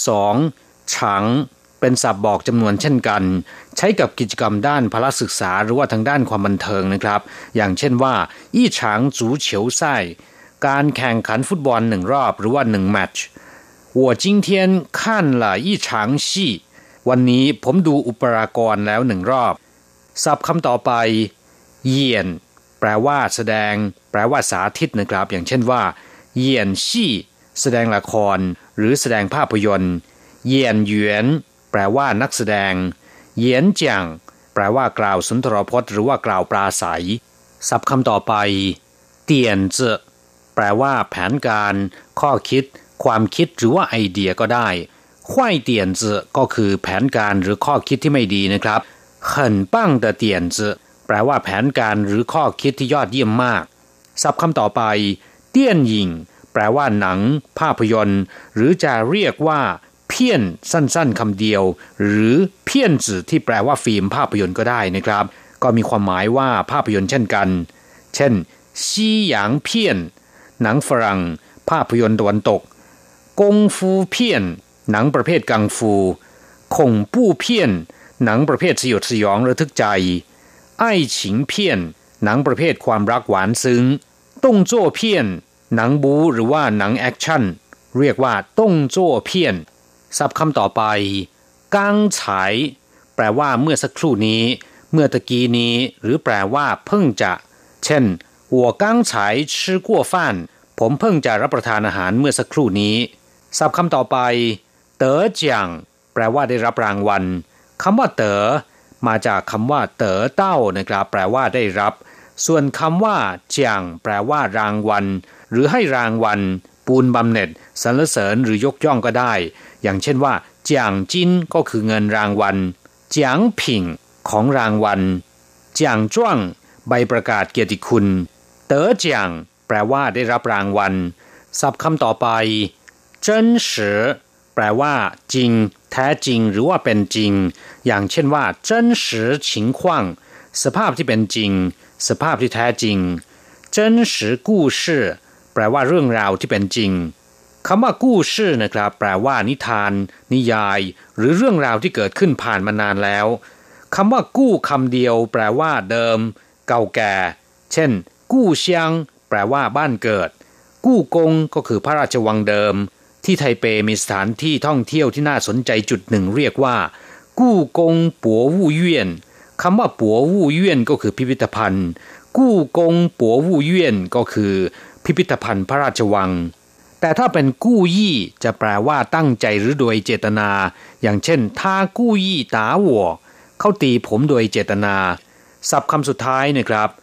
2ฉังเป็นศัพท์บอกจำนวนเช่นกันใช้กับกิจกรรมด้านพละศึกษาหรือว่าทางด้านความบันเทิงนะครับอย่างเช่นว่าอี้ฉางจูเฉียวไส้การแข่งขันฟุตบอล1รอบหรือว่า1แมตช์我今天看了一场戏วันนี้ผมดูอุปรากรแล้ว1รอบศัพท์คำต่อไปเยียนแปลว่าแสดงแปลว่าสาธิตนะครับอย่างเช่นว่าเยียนชี่แสดงละครหรือแสดงภาพยนตร์เยียนหยวนแปลว่านักแสดงเยียนเจียงแปลว่ากล่าวสุนทรพจน์หรือว่ากล่าวปราศัยศัพท์คำต่อไปเตียนจื่อแปลว่าแผนการข้อคิดความคิดหรือว่าไอเดียก็ได้坏点子ก็คือแผนการหรือข้อคิดที่ไม่ดีนะครับ很棒的点子แปลว่าแผนการหรือข้อคิดที่ยอดเยี่ยมมากศัพท์คำต่อไปเตี้ยนหยิงแปลว่าหนังภาพยนตร์หรือจะเรียกว่าเพี้ยนสั้นๆคำเดียวหรือเพี้ยนจื่อที่แปลว่าฟิล์มภาพยนตร์ก็ได้นะครับก็มีความหมายว่าภาพยนตร์เช่นกันเช่นซีหยางเพี้ยนหนังฝรั่งภาพยนตร์ตะวันตกกงฟูเพี้ยนหนังประเภทกังฟูข่งปู้เพี้ยนหนังประเภทสยดสยองระทึกใจไอ้ฉิงเพี้ยนหนังประเภทความรักหวานซึ้งต้งโจ้เพี้ยนหนังบู๊หรือว่าหนังแอคชั่นเรียกว่าต้งโจ้เพี้ยนศัพท์คำต่อไปกังไฉแปลว่าเมื่อสักครู่นี้เมื่อตะกี้นี้หรือแปลว่าเพิ่งจะเช่น我刚才吃过饭ผมเพิ่งจะรับประทานอาหารเมื่อสักครู่นี้ศัพท์คำต่อไปเต๋อเจียงแปลว่าได้รับรางวัลคำว่าเต๋อมาจากคำว่าเต๋อเต้านะครับแปลว่าได้รับส่วนคำว่าเจียงแปลว่ารางวัลหรือให้รางวัลปูนบำเหน็จสรรเสริญหรือยกย่องก็ได้อย่างเช่นว่าเจียงจินก็คือเงินรางวัลเจียงผิงของรางวัลเจียงจ้วงใบประกาศเกียรติคุณเต๋อเจียงแปลว่าได้รับรางวัลศัพท์คำต่อไปเจิ้นสือแปลว่าจริงแท้จริงหรือว่าเป็นจริงอย่างเช่นว่าเจิ้นสือฉิงขว้างสภาพที่เป็นจริงสภาพที่แท้จริงเจิ้นสือกู้ชื่อแปลว่าเรื่องราวที่เป็นจริงคำว่ากู้ชื่อนะครับแปลว่านิทานนิยายหรือเรื่องราวที่เกิดขึ้นผ่านมานานแล้วคำว่ากู้คำเดียวแปลว่าเดิมเก่าแก่เช่นกู้เชียงแปลว่าบ้านเกิดกู้กงก็คือพระราชวังเดิมที่ไทเปมีสถานที่ท่องเที่ยวที่น่าสนใจจุดหนึ่งเรียกว่ากู้กงปัววู่เยี่ยนคำว่าปัววู่เยี่ยนก็คือพิพิธภัณฑ์กู้กงปัววู่เยี่ยนก็คือพิพิธภัณฑ์พระราชวังแต่ถ้าเป็นกู้ยี่จะแปลว่าตั้งใจหรือโดยเจตนาอย่างเช่นท่ากู้ยี่ตาหัวเขาตีผมโดยเจตนาศัพท์คำสุดท้ายนะครับ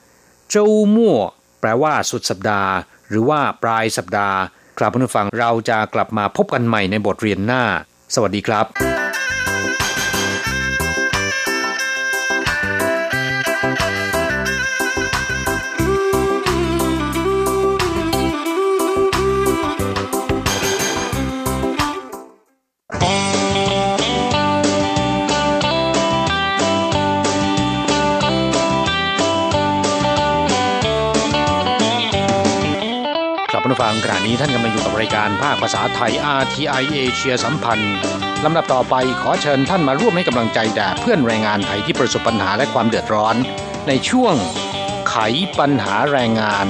周末แปลว่าสุดสัปดาห์หรือว่าปลายสัปดาห์ครับผู้ฟังเราจะกลับมาพบกันใหม่ในบทเรียนหน้าสวัสดีครับผู้ฟังขณะนี้ท่านกำลังอยู่กับรายการภาคภาษาไทย RTI เอเชียสัมพันธ์ลำดับต่อไปขอเชิญท่านมาร่วมให้กำลังใจแด่เพื่อนแรงงานไทยที่ประสบปัญหาและความเดือดร้อนในช่วงไขปัญหาแรงงาน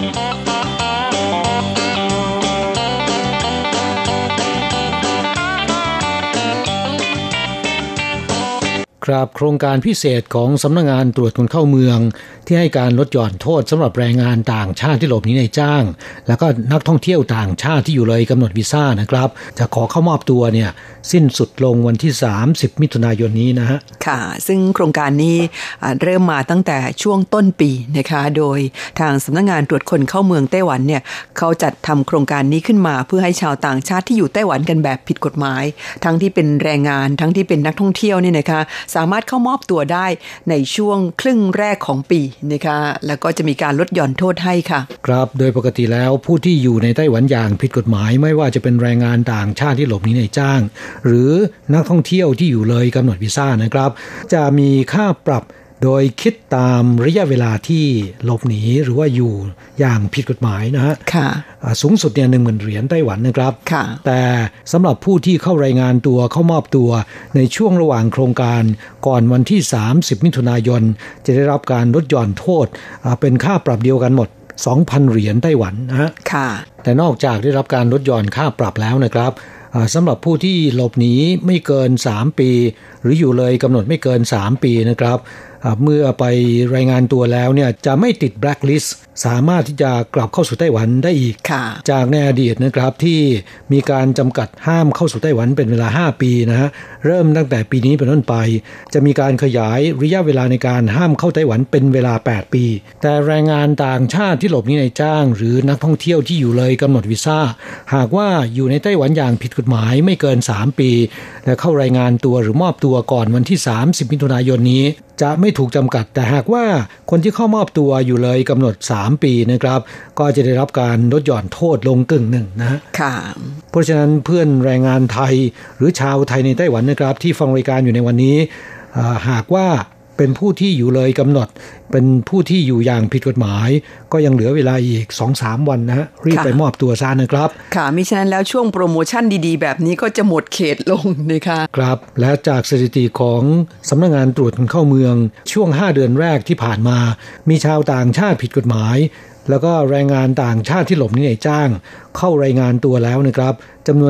ครับโครงการพิเศษของสำนักงานตรวจคนเข้าเมืองที่ให้การลดหย่อนโทษสำหรับแรงงานต่างชาติที่หลบหนีในจ้างแล้วก็นักท่องเที่ยวต่างชาติที่อยู่เลยกำหนดวีซ่านะครับจะขอเข้ามอบตัวเนี่ยสิ้นสุดลงวันที่30มิถุนายนนี้นะฮะค่ะซึ่งโครงการนี้เริ่มมาตั้งแต่ช่วงต้นปีนะคะโดยทางสำนักงานตรวจคนเข้าเมืองไต้หวันเนี่ยเขาจัดทำโครงการนี้ขึ้นมาเพื่อให้ชาวต่างชาติที่อยู่ไต้หวันกันแบบผิดกฎหมายทั้งที่เป็นแรงงานทั้งที่เป็นนักท่องเที่ยวเนี่ยนะคะสามารถเข้ามอบตัวได้ในช่วงครึ่งแรกของปีนะคะแล้วก็จะมีการลดหย่อนโทษให้ค่ะครับโดยปกติแล้วผู้ที่อยู่ในไต้หวันอย่างผิดกฎหมายไม่ว่าจะเป็นแรงงานต่างชาติที่หลบหนีในจ้างหรือนักท่องเที่ยวที่อยู่เลยกำหนดวีซ่านะครับจะมีค่าปรับโดยคิดตามระยะเวลาที่หลบหนีหรือว่าอยู่อย่างผิดกฎหมายนะฮะสูงสุดเนี่ย 10,000 เหรียญไต้หวันนะครับแต่สำหรับผู้ที่เข้ารายงานตัวเข้ามอบตัวในช่วงระหว่างโครงการก่อนวันที่30มิถุนายนจะได้รับการลดหย่อนโทษเป็นค่าปรับเดียวกันหมด 2,000 เหรียญไต้หวันนะฮะแต่นอกจากได้รับการลดหย่อนค่าปรับแล้วนะครับสำหรับผู้ที่หลบหนีไม่เกิน3ปีหรืออยู่เลยกำหนดไม่เกิน3ปีนะครับเมื่อไปรายงานตัวแล้วเนี่ยจะไม่ติดแบล็คลิสต์สามารถที่จะกลับเข้าสู่ไต้หวันได้อีกจากในอดีตนะครับที่มีการจำกัดห้ามเข้าสู่ไต้หวันเป็นเวลา5ปีนะฮะเริ่มตั้งแต่ปีนี้เป็นต้นไปจะมีการขยายระยะเวลาในการห้ามเข้าไต้หวันเป็นเวลา8ปีแต่แรงงานต่างชาติที่หลบหนีในจ้างหรือนักท่องเที่ยวที่อยู่เลยกำหนดวีซ่าหากว่าอยู่ในไต้หวันอย่างผิดกฎหมายไม่เกิน3ปีและเข้ารายงานตัวหรือมอบตัวก่อนวันที่30มิถุนายนนี้จะไม่ถูกจำกัดแต่หากว่าคนที่เข้ามอบตัวอยู่เลยกำหนด3ปีนะครับก็จะได้รับการลดหย่อนโทษลงกึ่งหนึ่งนะค่ะเพราะฉะนั้นเพื่อนแรงงานไทยหรือชาวไทยในไต้หวันนะครับที่ฟังรายการอยู่ในวันนี้หากว่าเป็นผู้ที่อยู่เลยกำหนดเป็นผู้ที่อยู่อย่างผิดกฎหมายก็ยังเหลือเวลาอีก 2-3 วันนะรีบไปมอบตัวซะนะครับค่ะมิฉะนั้นแล้วช่วงโปรโมชั่นดีๆแบบนี้ก็จะหมดเขตลงนะคะครับและจากสถิติของสำนักงานตรวจคนเข้าเมืองช่วง5เดือนแรกที่ผ่านมามีชาวต่างชาติผิดกฎหมายแล้วก็แรงงานต่างชาติที่หลบหนีในจ้างเข้ารายงานตัวแล้วนะครับจำนวน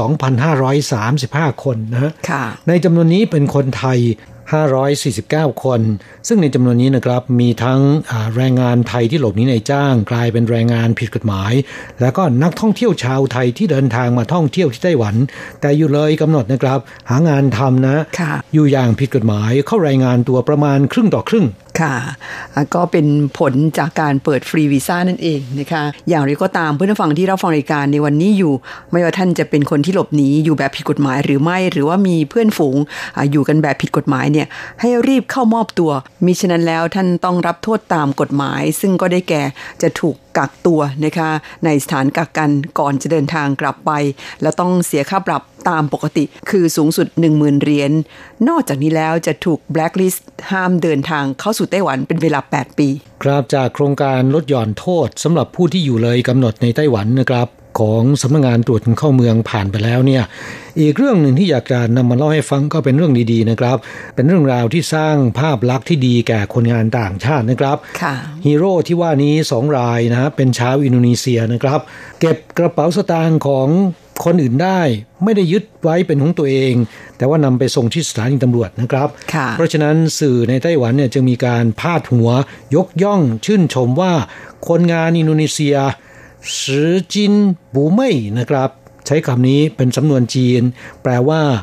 12,535 คนนะฮะในจำนวนนี้เป็นคนไทย549 คนซึ่งในจำนวนนี้นะครับมีทั้งแรงงานไทยที่หลบหนีในจ้างกลายเป็นแรงงานผิดกฎหมายแล้วก็นักท่องเที่ยวชาวไทยที่เดินทางมาท่องเที่ยวที่ไต้หวันแต่อยู่เลยกำหนดนะครับหางานทำนะอยู่อย่างผิดกฎหมายเข้ารายงานตัวประมาณครึ่งต่อครึ่งค่ะก็เป็นผลจากการเปิดฟรีวีซ่านั่นเองนะคะอย่างไรก็ตามเพื่อนผู้ฟังที่รับฟังรายการในวันนี้อยู่ไม่ว่าท่านจะเป็นคนที่หลบหนีอยู่แบบผิดกฎหมายหรือไม่หรือว่ามีเพื่อนฝูงอยู่กันแบบผิดกฎหมายเนี่ยให้รีบเข้ามอบตัวมิฉะนั้นแล้วท่านต้องรับโทษตามกฎหมายซึ่งก็ได้แก่จะถูกกักตัวนะคะในสถานกักกันก่อนจะเดินทางกลับไปแล้วต้องเสียค่าปรับตามปกติคือสูงสุด 10,000 เหรียญนอกจากนี้แล้วจะถูกแบล็คลิสต์ห้ามเดินทางเข้าสู่ไต้หวันเป็นเวลา8ปีครับจากโครงการลดหย่อนโทษสำหรับผู้ที่อยู่เลยกำหนดในไต้หวันนะครับของสำนักงานตรวจคนเข้าเมืองผ่านไปแล้วเนี่ยอีกเรื่องหนึ่งที่อยากจะนำมาเล่าให้ฟังก็เป็นเรื่องดีๆนะครับเป็นเรื่องราวที่สร้างภาพลักษณ์ที่ดีแก่คนงานต่างชาตินะครับฮีโร่ที่ว่านี้2รายนะเป็นชาวอินโดนีเซียนะครับเก็บกระเป๋าสตางค์ของคนอื่นได้ไม่ได้ยึดไว้เป็นของตัวเองแต่ว่านำไปส่งที่สถานีตำรวจนะครับเพราะฉะนั้นสื่อในไต้หวันเนี่ยจึงมีการพาดหัวยกย่องชื่นชมว่าคนงานอินโดนีเซียสือจินบูเม่ยนะครับใช้คำนี้เป็นสำนวนจีนแปลว่า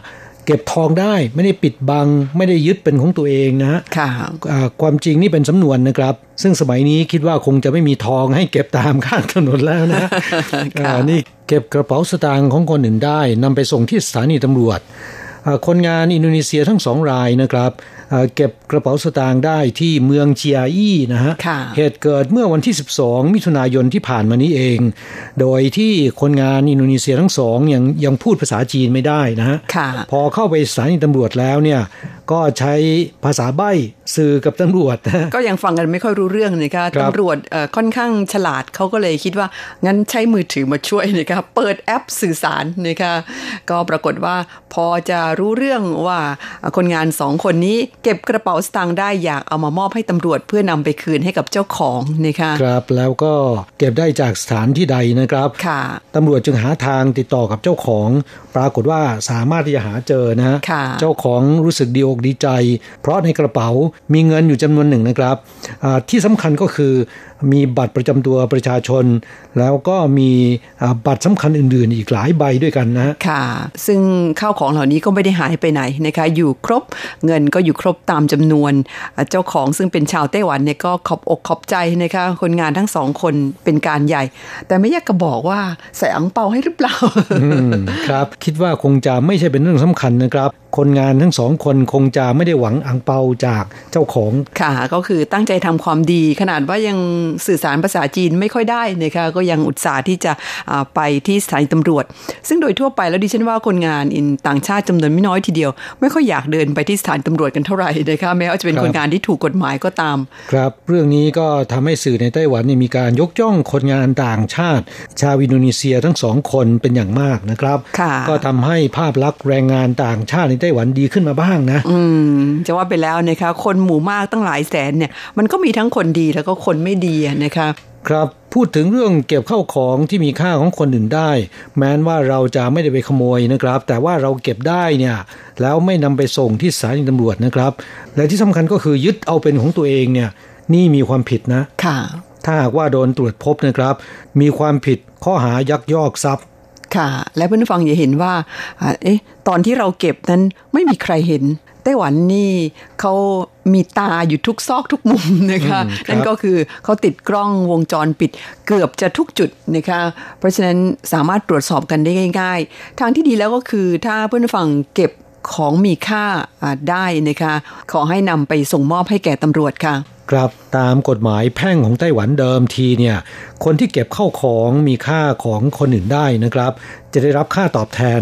เก็บทองได้ไม่ได้ปิดบังไม่ได้ยึดเป็นของตัวเองนะฮะความจริงนี่เป็นสำนวนนะครับซึ่งสมัยนี้คิดว่าคงจะไม่มีทองให้เก็บตามข้างถนนแล้วนะ นี่เก็บกระเป๋าสตางค์ของคนอื่นได้นำไปส่งที่สถานีตำรวจคนงานอินโดนีเซียทั้ง2 รายนะครับเก็บกระเป๋าสตางค์ได้ที่เมืองเจียอี้นะฮะเหตุเกิดเมื่อวันที่12มิถุนายนที่ผ่านมานี้เองโดยที่คนงานอินโดนีเซียทั้งสองยังพูดภาษาจีนไม่ได้นะฮะพอเข้าไปสถานีตำรวจแล้วเนี่ยก็ใช้ภาษาใบ้สื่อกับตำรวจก็ยังฟังกันไม่ค่อยรู้เรื่องนะคะตำรวจค่อนข้างฉลาดเขาก็เลยคิดว่างั้นใช้มือถือมาช่วยนะคะเปิดแอปสื่อสารนะคะก็ปรากฏว่าพอจะรู้เรื่องว่าคนงาน2 คนนี้เก็บกระเป๋าสตางค์ได้อยากเอามามอบให้ตำรวจเพื่อนำไปคืนให้กับเจ้าของนะคะครับแล้วก็เก็บได้จากสถานที่ใดนะครับตำรวจจึงหาทางติดต่อกับเจ้าของปรากฏว่าสามารถที่จะหาเจอนะเจ้าของรู้สึกดีอกดีใจเพราะในกระเป๋ามีเงินอยู่จำนวนหนึ่งนะครับที่สำคัญก็คือมีบัตรประจำตัวประชาชนแล้วก็มีบัตรสำคัญอื่นๆอีกหลายใบด้วยกันนะค่ะซึ่งข้าวของเหล่านี้ก็ไม่ได้หายไปไหนนะคะอยู่ครบเงินก็อยู่ครบตามจำนวนเจ้าของซึ่งเป็นชาวไต้หวันเนี่ยก็ขอบอกขอบใจนะคะคนงานทั้ง2 คนเป็นการใหญ่แต่ไม่อยากจะบอกว่าใส่อั่งเปาให้หรือเปล่าครับคิดว่าคงจะไม่ใช่เป็นเรื่องสำคัญนะครับคนงานทั้ง2 คนคงจะไม่ได้หวังอั่งเปาจากเจ้าของค่ะก็คือตั้งใจทำความดีขนาดว่ายังสื่อสารภาษาจีนไม่ค่อยได้นะคะก็ยังอุตส่าห์ที่จะไปที่สถานีตำรวจซึ่งโดยทั่วไปแล้วดิฉันว่าคนงานต่างชาติจำนวนไม่น้อยทีเดียวไม่ค่อยอยากเดินไปที่สถานีตำรวจกันเท่าไหร่นะคะแม้ว่าจะเป็นคนงานที่ถูกกฎหมายก็ตามครับเรื่องนี้ก็ทำให้สื่อในไต้หวันมีการยกย่องคนงานต่างชาติชาวอินโดนีเซียทั้ง2 คนเป็นอย่างมากนะครับก็ทำให้ภาพลักษณ์แรงงานต่างชาติในไต้หวันดีขึ้นมาบ้างนะจะว่าไปแล้วนะคะคนหมู่มากตั้งหลายแสนเนี่ยมันก็มีทั้งคนดีแล้วก็คนไม่ดีนะคะครับพูดถึงเรื่องเก็บเข้าของที่มีค่าของคนอื่นได้แม้ว่าเราจะไม่ได้ไปขโมยนะครับแต่ว่าเราเก็บได้เนี่ยแล้วไม่นำไปส่งที่สถานีตำรวจนะครับและที่สำคัญก็คือยึดเอาเป็นของตัวเองเนี่ยนี่มีความผิดนะค่ะถ้าหากว่าโดนตรวจพบนะครับมีความผิดข้อหายักยอกทรัพย์ค่ะและเพื่อนฟังอย่าเห็นว่าตอนที่เราเก็บนั้นไม่มีใครเห็นไต้หวันนี่เขามีตาอยู่ทุกซอกทุกมุมนะคะนั่นก็คือเขาติดกล้องวงจรปิดเกือบจะทุกจุดนะคะเพราะฉะนั้นสามารถตรวจสอบกันได้ง่ายๆทางที่ดีแล้วก็คือถ้าเพื่อนฟังเก็บของมีค่าได้นะคะขอให้นำไปส่งมอบให้แก่ตำรวจค่ะครับตามกฎหมายแพ่งของไต้หวันเดิมทีเนี่ยคนที่เก็บเข้าของมีค่าของคนอื่นได้นะครับจะได้รับค่าตอบแทน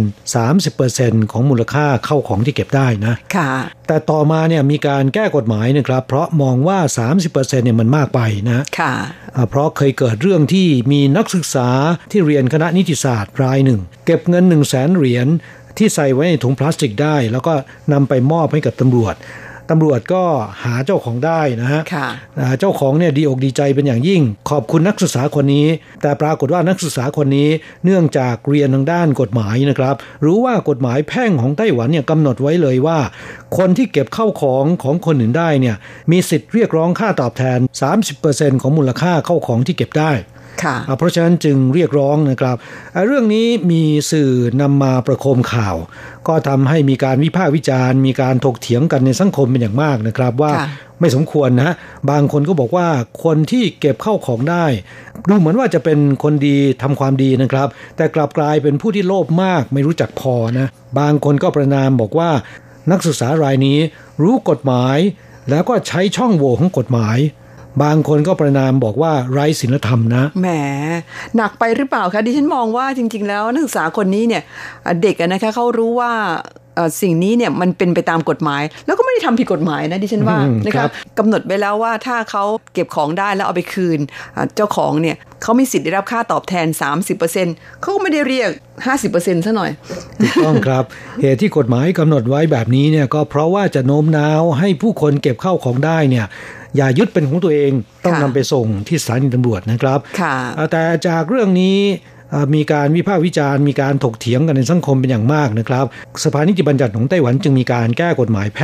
30% ของมูลค่าเข้าของที่เก็บได้นะค่ะแต่ต่อมาเนี่ยมีการแก้กฎหมายนะครับเพราะมองว่า 30% เนี่ยมันมากไปนะค่ะเพราะเคยเกิดเรื่องที่มีนักศึกษาที่เรียนคณะนิติศาสตร์รายหนึ่งเก็บเงิน 100,000 เหรียญที่ใส่ไว้ในถุงพลาสติกได้แล้วก็นำไปมอบให้กับตำรวจก็หาเจ้าของได้นะฮะเจ้าของเนี่ยดีอกดีใจเป็นอย่างยิ่งขอบคุณนักศึกษาคนนี้แต่ปรากฏว่านักศึกษาคนนี้เนื่องจากเรียนทางด้านกฎหมายนะครับรู้ว่ากฎหมายแพ่งของไต้หวันเนี่ยกำหนดไว้เลยว่าคนที่เก็บเข้าของคนอื่นได้เนี่ยมีสิทธิ์เรียกร้องค่าตอบแทน 30% ของมูลค่าเข้าของที่เก็บได้เพราะฉะนั้นจึงเรียกร้องนะครับเรื่องนี้มีสื่อนำมาประโคมข่าวก็ทำให้มีการวิพากษ์วิจารณ์มีการถกเถียงกันในสังคมเป็นอย่างมากนะครับว่าไม่สมควรนะบางคนก็บอกว่าคนที่เก็บเข้าของได้ดูเหมือนว่าจะเป็นคนดีทำความดีนะครับแต่กลับกลายเป็นผู้ที่โลภมากไม่รู้จักพอนะบางคนก็ประณามบอกว่านักศึกษารายนี้รู้กฎหมายแล้วก็ใช้ช่องโหว่ของกฎหมายบางคนก็ประณามบอกว่าไร้ศีลธรรมนะแหมหนักไปหรือเปล่าคะดิฉันมองว่าจริงๆแล้วนักศึกษาคนนี้เนี่ยเด็กนะคะเขารู้ว่าสิ่งนี้เนี่ยมันเป็นไปตามกฎหมายแล้วก็ไม่ได้ทำผิดกฎหมายนะดิฉันว่านะคะกำหนดไว้แล้วว่าถ้าเขาเก็บของได้แล้วเอาไปคืนเจ้าของเนี่ยเขามีสิทธิ์ได้รับค่าตอบแทน 30% เขาก็ไม่ได้เรียก 50% ซะหน่อยถูกต้องครับ เหตุที่กฎหมายกำหนดไว้แบบนี้เนี่ยก็เพราะว่าจะโน้มน้าวให้ผู้คนเก็บเข้าของได้เนี่ยอย่ายึดเป็นของตัวเองต้องนำไปส่งที่สถานีตำรวจนะครับแต่จากเรื่องนี้มีการวิพากษ์วิจารณ์มีการถกเถียงกันในสังคมเป็นอย่างมากนะครับสภานิติบัญญัติของไต้หวันจึงมีการแก้กฎหมายแพ่ง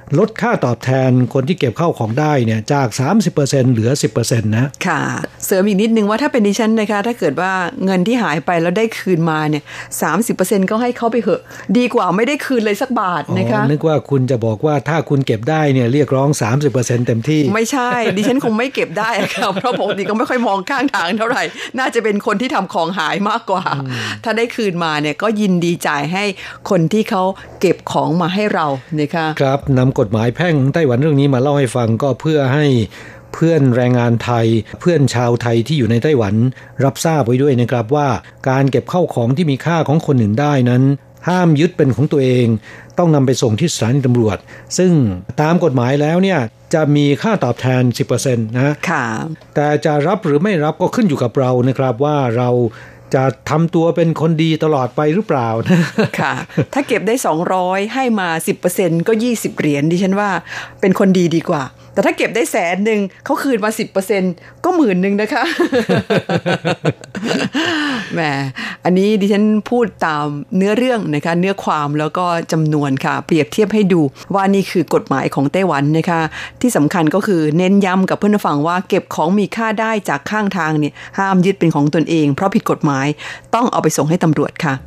ลดค่าตอบแทนคนที่เก็บเข้าของได้เนี่ยจาก 30% เหลือ 10% นะค่ะเสริมอีกนิดนึงว่าถ้าเป็นดิฉันนะคะถ้าเกิดว่าเงินที่หายไปแล้วได้คืนมาเนี่ย 30% ก็ให้เขาไปเหอะดีกว่าไม่ได้คืนเลยสักบาทนะคะนึกว่าคุณจะบอกว่าถ้าคุณเก็บได้เนี่ยเรียกร้อง 30% เต็มที่ไม่ใช่ดิฉันคงไม่เก็บได้ค่ะเพราะปกติก็ไม่ค่อยมองข้างทางเท่าไหร่น่าจะเป็นคนที่ทำของหายมากกว่าถ้าได้คืนมาเนี่ยก็ยินดีจ่ายให้คนที่เขาเก็บของมาให้เรานะคะครับนำกฎหมายแพ่งไต้หวันเรื่องนี้มาเล่าให้ฟังก็เพื่อให้เพื่อนแรงงานไทยเพื่อนชาวไทยที่อยู่ในไต้หวันรับทราบไว้ด้วยนะครับว่าการเก็บเข้าของที่มีค่าของคนอื่นได้นั้นห้ามยึดเป็นของตัวเองต้องนำไปส่งที่สถานีตำรวจซึ่งตามกฎหมายแล้วเนี่ยจะมีค่าตอบแทน 10% นะค่ะแต่จะรับหรือไม่รับก็ขึ้นอยู่กับเรานะครับว่าเราจะทำตัวเป็นคนดีตลอดไปหรือเปล่าค่ะถ้าเก็บได้200ให้มา 10% ก็20เหรียญดิฉันว่าเป็นคนดีดีกว่าแต่ถ้าเก็บได้100,000เขาคืนมา 10% ก็10,000นะคะแหมอันนี้ดิฉันพูดตามเนื้อเรื่องนะคะเนื้อความแล้วก็จำนวนค่ะเปรียบเทียบให้ดูว่านี่คือกฎหมายของไต้หวันนะคะที่สำคัญก็คือเน้นย้ำกับเพื่อนผู้ฟังว่าเก็บของมีค่าได้จากข้างทางเนี่ยห้ามยึดเป็นของตนเองเพราะผิดกฎหมายต้องเอาไปส่งให้ตำรวจค่ะ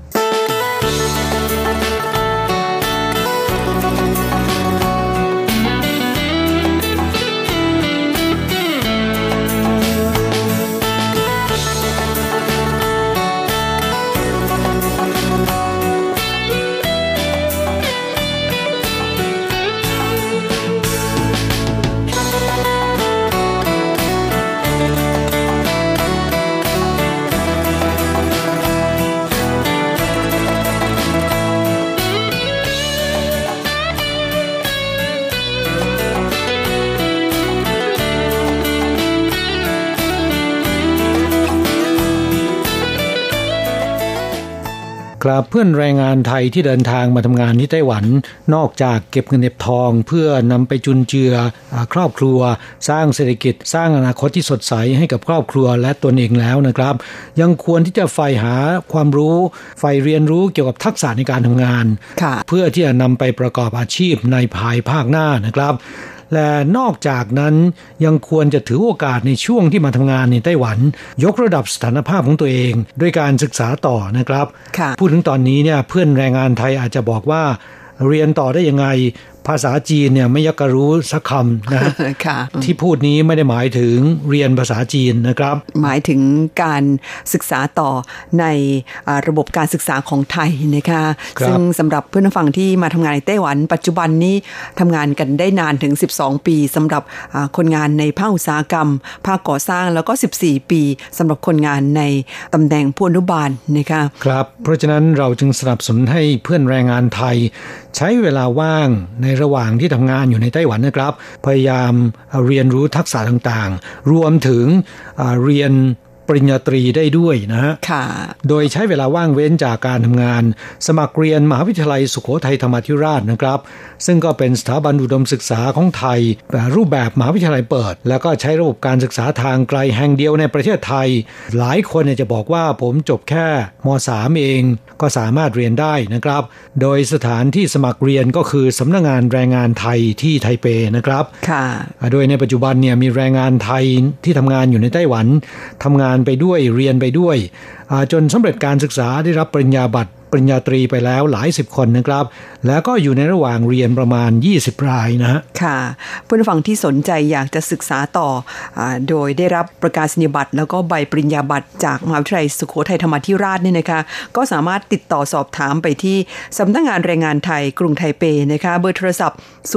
ครับเพื่อนแรงงานไทยที่เดินทางมาทำงานที่ไต้หวันนอกจากเก็บเงินเก็บทองเพื่อนำไปจุนเจือครอบครัวสร้างเศรษฐกิจสร้างอนาคตที่สดใสให้กับครอบครัวและตนเองแล้วนะครับยังควรที่จะใฝ่หาความรู้ใฝ่เรียนรู้เกี่ยวกับทักษะในการทำงานเพื่อที่จะนำไปประกอบอาชีพในภายภาคหน้านะครับและนอกจากนั้นยังควรจะถือโอกาสในช่วงที่มาทำงานในไต้หวันยกระดับสถานภาพของตัวเองด้วยการศึกษาต่อนะครับพูดถึงตอนนี้เนี่ยเพื่อนแรงงานไทยอาจจะบอกว่าเรียนต่อได้ยังไงภาษาจีนเนี่ยไม่ยักกะรู้สักคำนะ ที่พูดนี้ไม่ได้หมายถึงเรียนภาษาจีนนะครับหมายถึงการศึกษาต่อในระบบการศึกษาของไทยนะคะซึ่งสำหรับเพื่อนผู้ฟังที่มาทำงานในไต้หวันปัจจุบันนี้ทำงานกันได้นานถึง12ปีสำหรับคนงานในภาคอุตสาหกรรมภาคก่อสร้างแล้วก็14ปีสำหรับคนงานในตำแหน่งผู้อนุบาลนะคะครับเพราะฉะนั้นเราจึงสนับสนุนให้เพื่อนแรงงานไทยใช้เวลาว่างในระหว่างที่ทำงานอยู่ในไต้หวันนะครับพยายามเรียนรู้ทักษะต่างๆรวมถึงเรียนปริญญาตรีได้ด้วยนะฮะโดยใช้เวลาว่างเว้นจากการทำงานสมัครเรียนมหาวิทยาลัยสุโขทัยธรรมาธิราชนะครับซึ่งก็เป็นสถาบันอุดมศึกษาของไทยรูปแบบมหาวิทยาลัยเปิดแล้วก็ใช้ระบบการศึกษาทางไกลแห่งเดียวในประเทศไทยหลายคนจะบอกว่าผมจบแค่ม.3 เองก็สามารถเรียนได้นะครับโดยสถานที่สมัครเรียนก็คือสำนักงานแรงงานไทยที่ไทเปนะครับโดยในปัจจุบันเนี่ยมีแรงงานไทยที่ทำงานอยู่ในไต้หวันทำงานไปด้วยเรียนไปด้วยจนสำเร็จการศึกษาได้รับปริญญาบัตรปริญญาตรีไปแล้วหลายสิบคนนะครับแล้วก็อยู่ในระหว่างเรียนประมาณ20รายนะค่ะผู้ฟังที่สนใจอยากจะศึกษาต่อโดยได้รับประกาศนียบัตรแล้วก็ใบปริญญาบัตรจากมหาวิทยาลัยสุโขทัยธรรมาธิราชเนี่ยนะคะก็สามารถติดต่อสอบถามไปที่สำนักงานแรงงานไทยกรุงไทเปนะคะเบอร์โทรศัพท์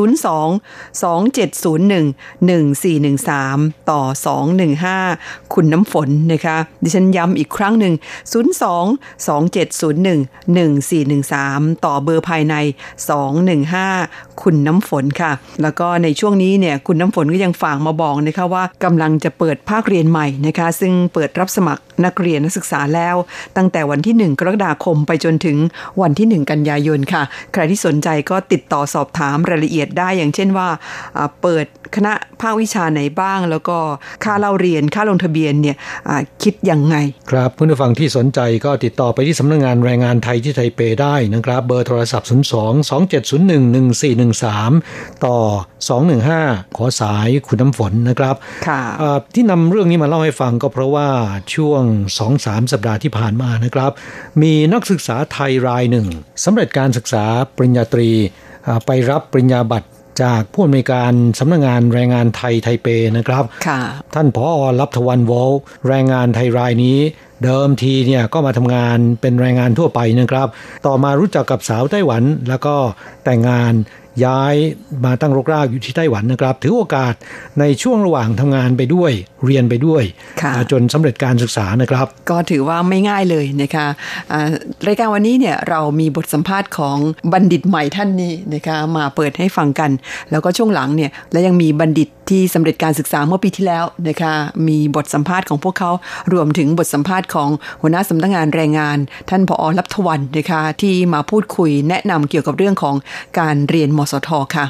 02-2701-1413ต่อ215คุณน้ำฝนนะคะดิฉันย้ำอีกครั้งหนึ่ง02-2701-1413ต่อเบอร์ภายใน215คุณน้ำฝนค่ะแล้วก็ในช่วงนี้เนี่ยคุณน้ำฝนก็ยังฝากมาบอกนะคะว่ากำลังจะเปิดภาคเรียนใหม่นะคะซึ่งเปิดรับสมัครนักเรียนนักศึกษาแล้วตั้งแต่วันที่1กรกฎาคมไปจนถึงวันที่1กันยายนค่ะใครที่สนใจก็ติดต่อสอบถามรายละเอียดได้อย่างเช่นว่าเปิดคณะภาควิชาไหนบ้างแล้วก็ค่าเล่าเรียนค่าลงทะเบียนเนี่ยคิดยังไงครับผู้ฟังที่สนใจก็ติดต่อไปที่สำนักงานแรงงานไทยที่ไทเปได้นะครับเบอร์โทรศัพท์02-2701-1413ต่อ215ขอสายคุณน้ำฝนนะครับที่นำเรื่องนี้มาเล่าให้ฟังก็เพราะว่าช่วง 2-3 สัปดาห์ที่ผ่านมานะครับมีนักศึกษาไทยรายหนึ่งสำเร็จการศึกษาปริญญาตรีไปรับปริญญาบัตรจากผู้อำนวยการสำนักงานแรงงานไทยไทเปนะครับท่านผอ.ลับทวันวอลแรงงานไทยรายนี้เดิมทีเนี่ยก็มาทำงานเป็นแรงงานทั่วไปนะครับต่อมารู้จักกับสาวไต้หวันแล้วก็แต่งงานย้ายมาตั้งรกรากอยู่ที่ไต้หวันนะครับถือโอกาสในช่วงระหว่างทำงานไปด้วยเรียนไปด้วยจนสำเร็จการศึกษานะครับก็ถือว่าไม่ง่ายเลยนะคะรายการวันนี้เนี่ยเรามีบทสัมภาษณ์ของบัณฑิตใหม่ท่านนี้นะคะมาเปิดให้ฟังกันแล้วก็ช่วงหลังเนี่ยและยังมีบัณฑิตที่สำเร็จการศึกษาเมื่อปีที่แล้วนะคะมีบทสัมภาษณ์ของพวกเขารวมถึงบทสัมภาษณ์ของหัวหน้าสำนักงานแรงงานท่านผอ.ลับทวันนะคะที่มาพูดคุยแนะนำเกี่ยวกับเรื่องของการเรียนมสท.ค่ะ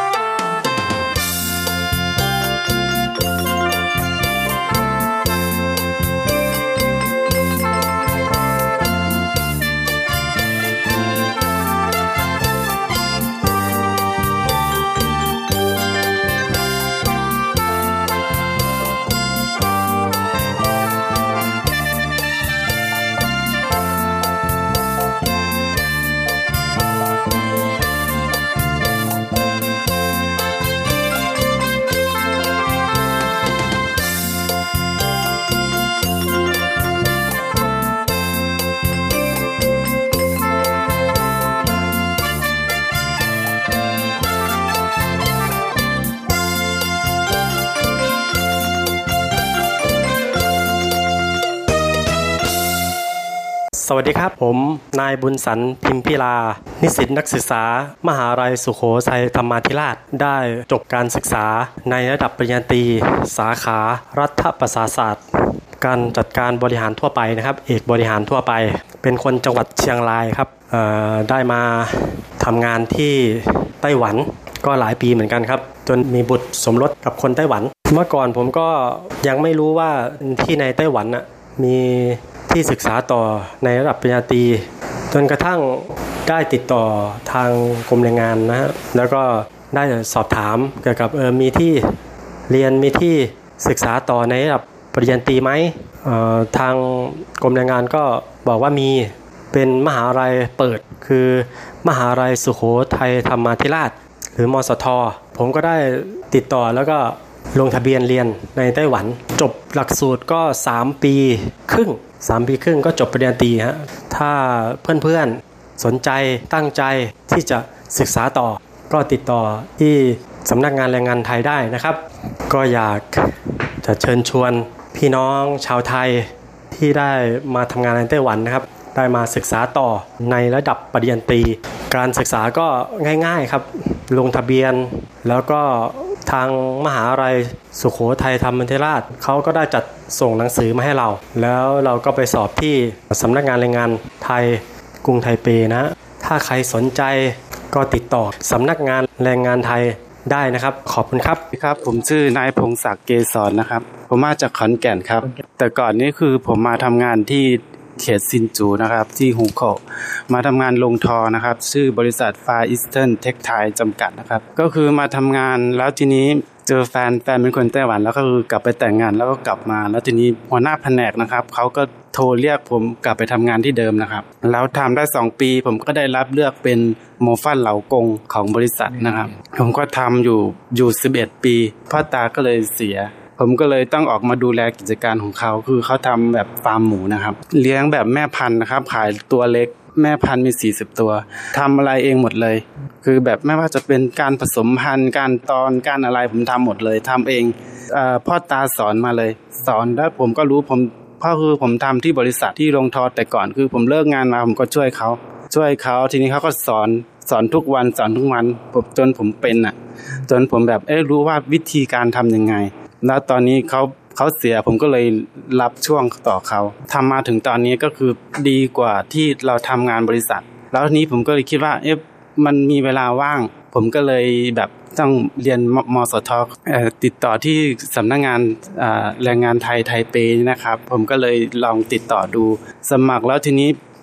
สวัสดีครับผมนายบุญสรรพิมพิลานิสิตนักศึกษามหาวิทยาลัยสุโขทัยธรรมาธิราชได้จบการศึกษาในระดับปริญญาตรีสาขารัฐประศาสศาสตร์การจัดการบริหารทั่วไปนะครับเอกบริหารทั่วไปเป็นคนจังหวัดเชียงรายครับได้มาทำงานที่ไต้หวันก็หลายปีเหมือนกันครับจนมีบุตรสมรสกับคนไต้หวันเมื่อก่อนผมก็ยังไม่รู้ว่าที่ในไต้หวันน่ะมีที่ศึกษาต่อในระดับปริญญาตรีจนกระทั่งได้ติดต่อทางกรมแรงงานนะฮะแล้วก็ได้สอบถามเกี่ยวกับมีที่เรียนมีที่ศึกษาต่อในระดับปริญญาตรีไหมทางกรมแรงงานก็บอกว่ามีเป็นมหาวิทยาลัยเปิดคือมหาวิทยาลัยสุโขทัยธรรมาธิราชหรือมสท.ผมก็ได้ติดต่อแล้วก็ลงทะเบียนเรียนในไต้หวันจบหลักสูตรก็3 ปีครึ่งก็จบปริญญาตรีฮะถ้าเพื่อนๆสนใจตั้งใจที่จะศึกษาต่อก็ติดต่อที่สำนักงานแรงงานไทยได้นะครับก็อยากจะเชิญชวนพี่น้องชาวไทยที่ได้มาทำงานในไต้หวันนะครับได้มาศึกษาต่อในระดับปริญญาตรีการศึกษาก็ง่ายๆครับลงทะเบียนแล้วก็ทางมหาวิทยาลัยสุโขทัยธรรมาธิราชเขาก็ได้จัดส่งหนังสือมาให้เราแล้วเราก็ไปสอบที่สำนักงานแรงงานไทยกรุงไทเปนะถ้าใครสนใจก็ติดต่อสำนักงานแรงงานไทยได้นะครับขอบคุณครับครับผมชื่อนายพงศักดิ์เกษรนะครับผมมาจากขอนแก่นครับแต่ก่อนนี้คือผมมาทำงานที่เขตซินจูนะครับที่ฮูโคมาทำงานลงทอนะครับชื่อบริษัท Far Eastern Textile จำกัดนะครับก็คือมาทำงานแล้วทีนี้เจอแฟนเป็นคนไต้หวันแล้วก็คือกลับไปแต่งงานแล้วก็กลับมาแล้วทีนี้หัวหน้าแผนกนะครับเขาก็โทรเรียกผมกลับไปทำงานที่เดิมนะครับแล้วทำได้2 ปีผมก็ได้รับเลือกเป็นโมฟันเหลากงของบริษัทนะครับผมก็ทำอยู่11 ปีพ่อตาก็เลยเสียผมก็เลยต้องออกมาดูแลกิจการของเขาคือเขาทำแบบฟาร์มหมูนะครับเลี้ยงแบบแม่พันธุ์นะครับขายตัวเล็กแม่พันธุ์มี40 ตัวทำอะไรเองหมดเลยคือแบบไม่ว่าจะเป็นการผสมพันธุ์การตอนการอะไรผมทำหมดเลยทำเองพ่อตาสอนมาเลยสอนแล้วผมก็รู้ผมทำที่บริษัทที่ลงทอแต่ก่อนคือผมเลิกงานมาผมก็ช่วยเขาทีนี้เขาก็สอนทุกวันจนผมเป็นจนผมแบบรู้ว่าวิธีการทำยังไงแล้วตอนนี้เขาเสียผมก็เลยรับช่วงต่อเขาทำมาถึงตอนนี้ก็คือดีกว่าที่เราทำงานบริษัทแล้วทีนี้ผมก็เลยคิดว่ามันมีเวลาว่างผมก็เลยแบบต้องเรียนมสท.ติดต่อที่สำนักงานแรงงานไทยไทเปนะครับผมก็เลยลองติดต่อดูสมัครแล้วทีนี้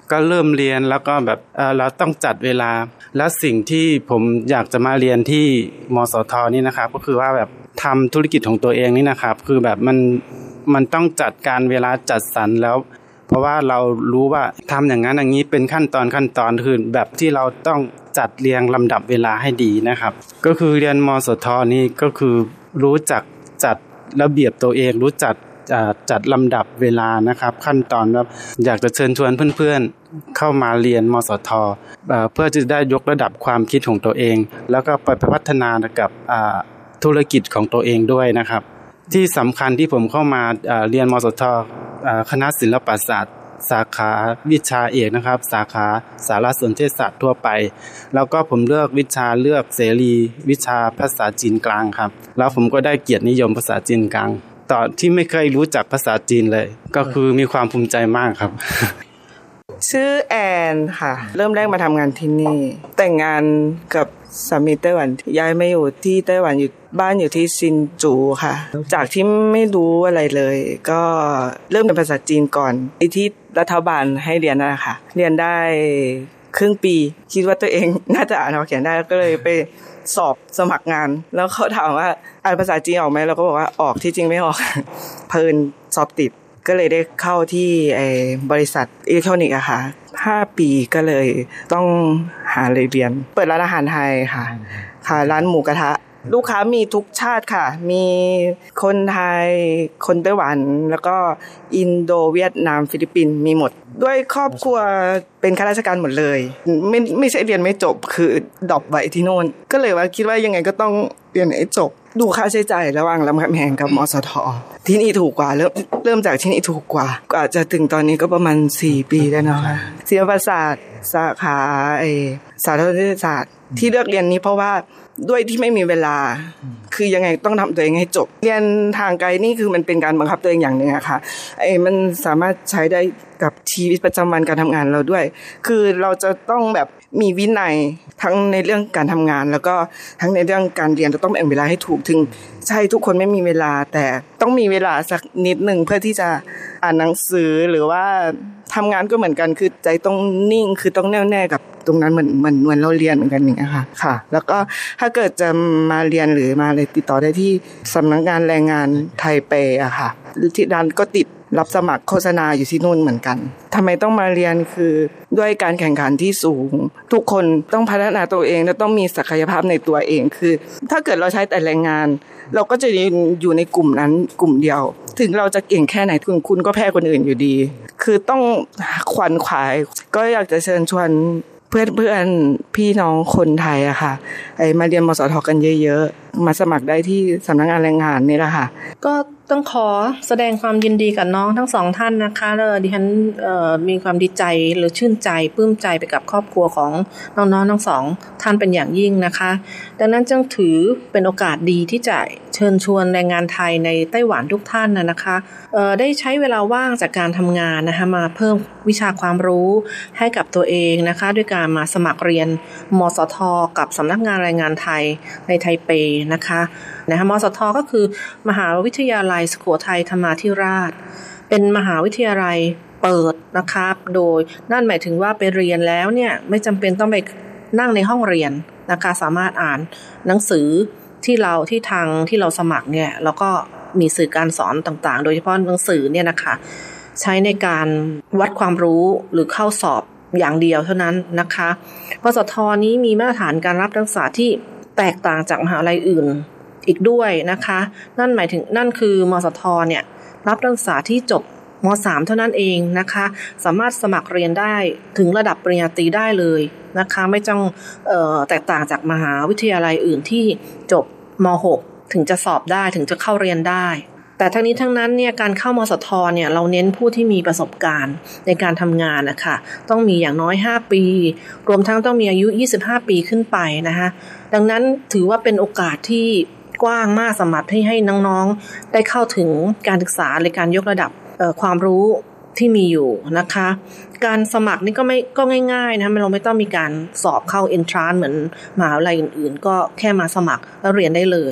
ก็เริ่มเรียนแล้วก็แบบเราต้องจัดเวลาและสิ่งที่ผมอยากจะมาเรียนที่มสทนี่นะครับก็คือว่าแบบทำธุรกิจของตัวเองนี่นะครับคือแบบมันต้องจัดการเวลาจัดสรรแล้วเพราะว่าเรารู้ว่าทำอย่างนั้นอย่างนี้เป็นขั้นตอนคือแบบที่เราต้องจัดเรียงลำดับเวลาให้ดีนะครับก็คือเรียนมสทนี่ก็คือรู้จักจัดระเบียบตัวเองรู้จักจัดลำดับเวลานะครับขั้นตอนแบบอยากจะเชิญชวนเพื่อนๆเข้ามาเรียนมสทเพื่อจะได้ยกระดับความคิดของตัวเองแล้วก็ไปพัฒนากับธุรกิจของตัวเองด้วยนะครับที่สำคัญที่ผมเข้ามาเรียนมสทคณะศิลปศาสตร์สาขาวิชาเอกนะครับสาขาสารสนเทศศาสตร์ทั่วไปแล้วก็ผมเลือกเสรีวิชาภาษาจีนกลางครับแล้วผมก็ได้เกียรตินิยมภาษาจีนกลางตอนที่ไม่เคยรู้จักภาษาจีนเลยก็คือมีความภูมิใจมากครับชื่อแอนค่ะเริ่มแรกมาทำงานที่นี่แต่งงานกับสามีไต้หวันย้ายมาอยู่ที่ไต้หวันอยู่บ้านอยู่ที่ซินจูค่ะจากที่ไม่รู้อะไรเลยก็เริ่มเรียนภาษาจีนก่อนที่รัฐบาลให้เรียนนั่นแหละค่ะเรียนได้ครึ่งปีคิดว่าตัวเองน่าจะอ่านออกเขียนได้ก็เลยไปสอบสมัครงานแล้วเขาถามว่าอ่านภาษาจีนออกไหมเราก็บอกว่าออกที่จริงไม่ออกเพิ่นสอบติดก็เลยได้เข้าที่บริษัทอิเล็กทรอนิกส์อะค่ะ5 ปีก็เลยต้องหาเลยเรียนเปิดร้านอาหารไทยค่ะร้านหมูกระทะลูกค้ามีทุกชาติค่ะมีคนไทยคนไต้หวันแล้วก็อินโดเวียดนามฟิลิปปินส์มีหมดด้วยครอบครัวเป็นข้าราชการหมดเลยไม่ใช่เรียนไม่จบคือดรอปไว้ที่โน่นก็เลยว่าคิดว่ายังไงก็ต้องเรียนให้จบดูค่าใช้จ่ายระหว่างรามคำแหงกับมสทที่นี่ถูกกว่าเริ่มจากที่นี่ถูกกว่าจะถึงตอนนี้ก็ประมาณ4 ปีแล้วนะคะศิลปศาสตร์สาขาสาธารณศาสตร์ที่เลือกเรียนนี้เพราะว่าด้วยที่ไม่มีเวลาคือยังไงต้องทำตัวเองให้จบเรียนทางไกลนี่คือมันเป็นการบังคับตัวเองอย่างนึงอะค่ะมันสามารถใช้ได้กับชีวิตประจำวันการทำงานเราด้วยคือเราจะต้องแบบมีวินัยทั้งในเรื่องการทำงานแล้วก็ทั้งในเรื่องการเรียนเราต้องแบ่งเวลาให้ถูกถึงใช่ทุกคนไม่มีเวลาแต่ต้องมีเวลาสักนิดนึงเพื่อที่จะอ่านหนังสือหรือว่าทำงานก็เหมือนกันคือใจต้องนิ่งคือต้องแน่วแน่กับตรงนั้นเหมือนเราเรียนเหมือนกันอย่างเงี้ยค่ะแล้วก็ถ้าเกิดจะมาเรียนหรือมาเลยติดต่อได้ที่สำนักงานแรงงานไทเปอะค่ะที่ร้านก็ติดรับสมัครโฆษณาอยู่ที่นู่นเหมือนกันทำไมต้องมาเรียนคือด้วยการแข่งขันที่สูงทุกคนต้องพัฒนาตัวเองและต้องมีศักยภาพในตัวเองคือถ้าเกิดเราใช้แต่แรงงานเราก็จะอยู่ในกลุ่มนั้นกลุ่มเดียวถึงเราจะเก่งแค่ไหนคุณก็แพ้คนอื่นอยู่ดีคือต้องขวัญขวายก็อยากจะเชิญชวนเพื่อนพี่น้องคนไทยอะค่ะมาเรียนมสทกันเยอะๆมาสมัครได้ที่สำนักงานแรงงานนี่แหละค่ะก็ต้องขอแสดงความยินดีกับน้องทั้ง2ท่านนะคะแล้วดิฉันมีความดีใจหรือชื่นใจปลื้มใจไปกับครอบครัวของน้องๆทั้ง2ท่านเป็นอย่างยิ่งนะคะดังนั้นจึงถือเป็นโอกาสดีที่จะเชิญชวนแรงงานไทยในไต้หวันทุกท่านนะคะได้ใช้เวลาว่างจากการทำงานนะคะมาเพิ่มวิชาความรู้ให้กับตัวเองนะคะด้วยการมาสมัครเรียนมสทกับสำนักงานแรงงานไทยในไทเปนะคะมสทก็คือมหาวิทยาลัยสุโขทัยธรรมาธิราชเป็นมหาวิทยาลัยเปิดนะคะโดยนั่นหมายถึงว่าไปเรียนแล้วเนี่ยไม่จำเป็นต้องไปนั่งในห้องเรียนนะคะสามารถอ่านหนังสือที่เราสมัครเนี่ยแล้วก็มีสื่อการสอนต่างๆโดยเฉพาะหนังสือเนี่ยนะคะใช้ในการวัดความรู้หรือเข้าสอบอย่างเดียวเท่านั้นนะคะมสทนี้มีมาตรฐานการรับนักศึกษาที่แตกต่างจากมหาวิทยาลัยอื่นอีกด้วยนะคะนั่นคือมสทเนี่ยรับนักศึกษาที่จบม.3 เท่านั้นเองนะคะสามารถสมัครเรียนได้ถึงระดับปริญญาตรีได้เลยนะคะไม่ต้องแตกต่างจากมหาวิทยาลัยอื่นที่จบม.6 ถึงจะสอบได้ถึงจะเข้าเรียนได้แต่ทั้งนี้ทั้งนั้นเนี่ยการเข้ามสทเนี่ยเราเน้นผู้ที่มีประสบการณ์ในการทำงานนะคะต้องมีอย่างน้อย5 ปีรวมทั้งต้องมีอายุ25 ปีขึ้นไปนะคะดังนั้นถือว่าเป็นโอกาสที่กว้างมากสำหรับให้น้องๆได้เข้าถึงการศึกษาในการยกระดับความรู้ที่มีอยู่นะคะการสมัครนี่ก็ง่ายๆนะเราไม่ต้องมีการสอบเข้า entrance เหมือนมหาวิทยาลัยอื่นๆก็แค่มาสมัครแล้วเรียนได้เลย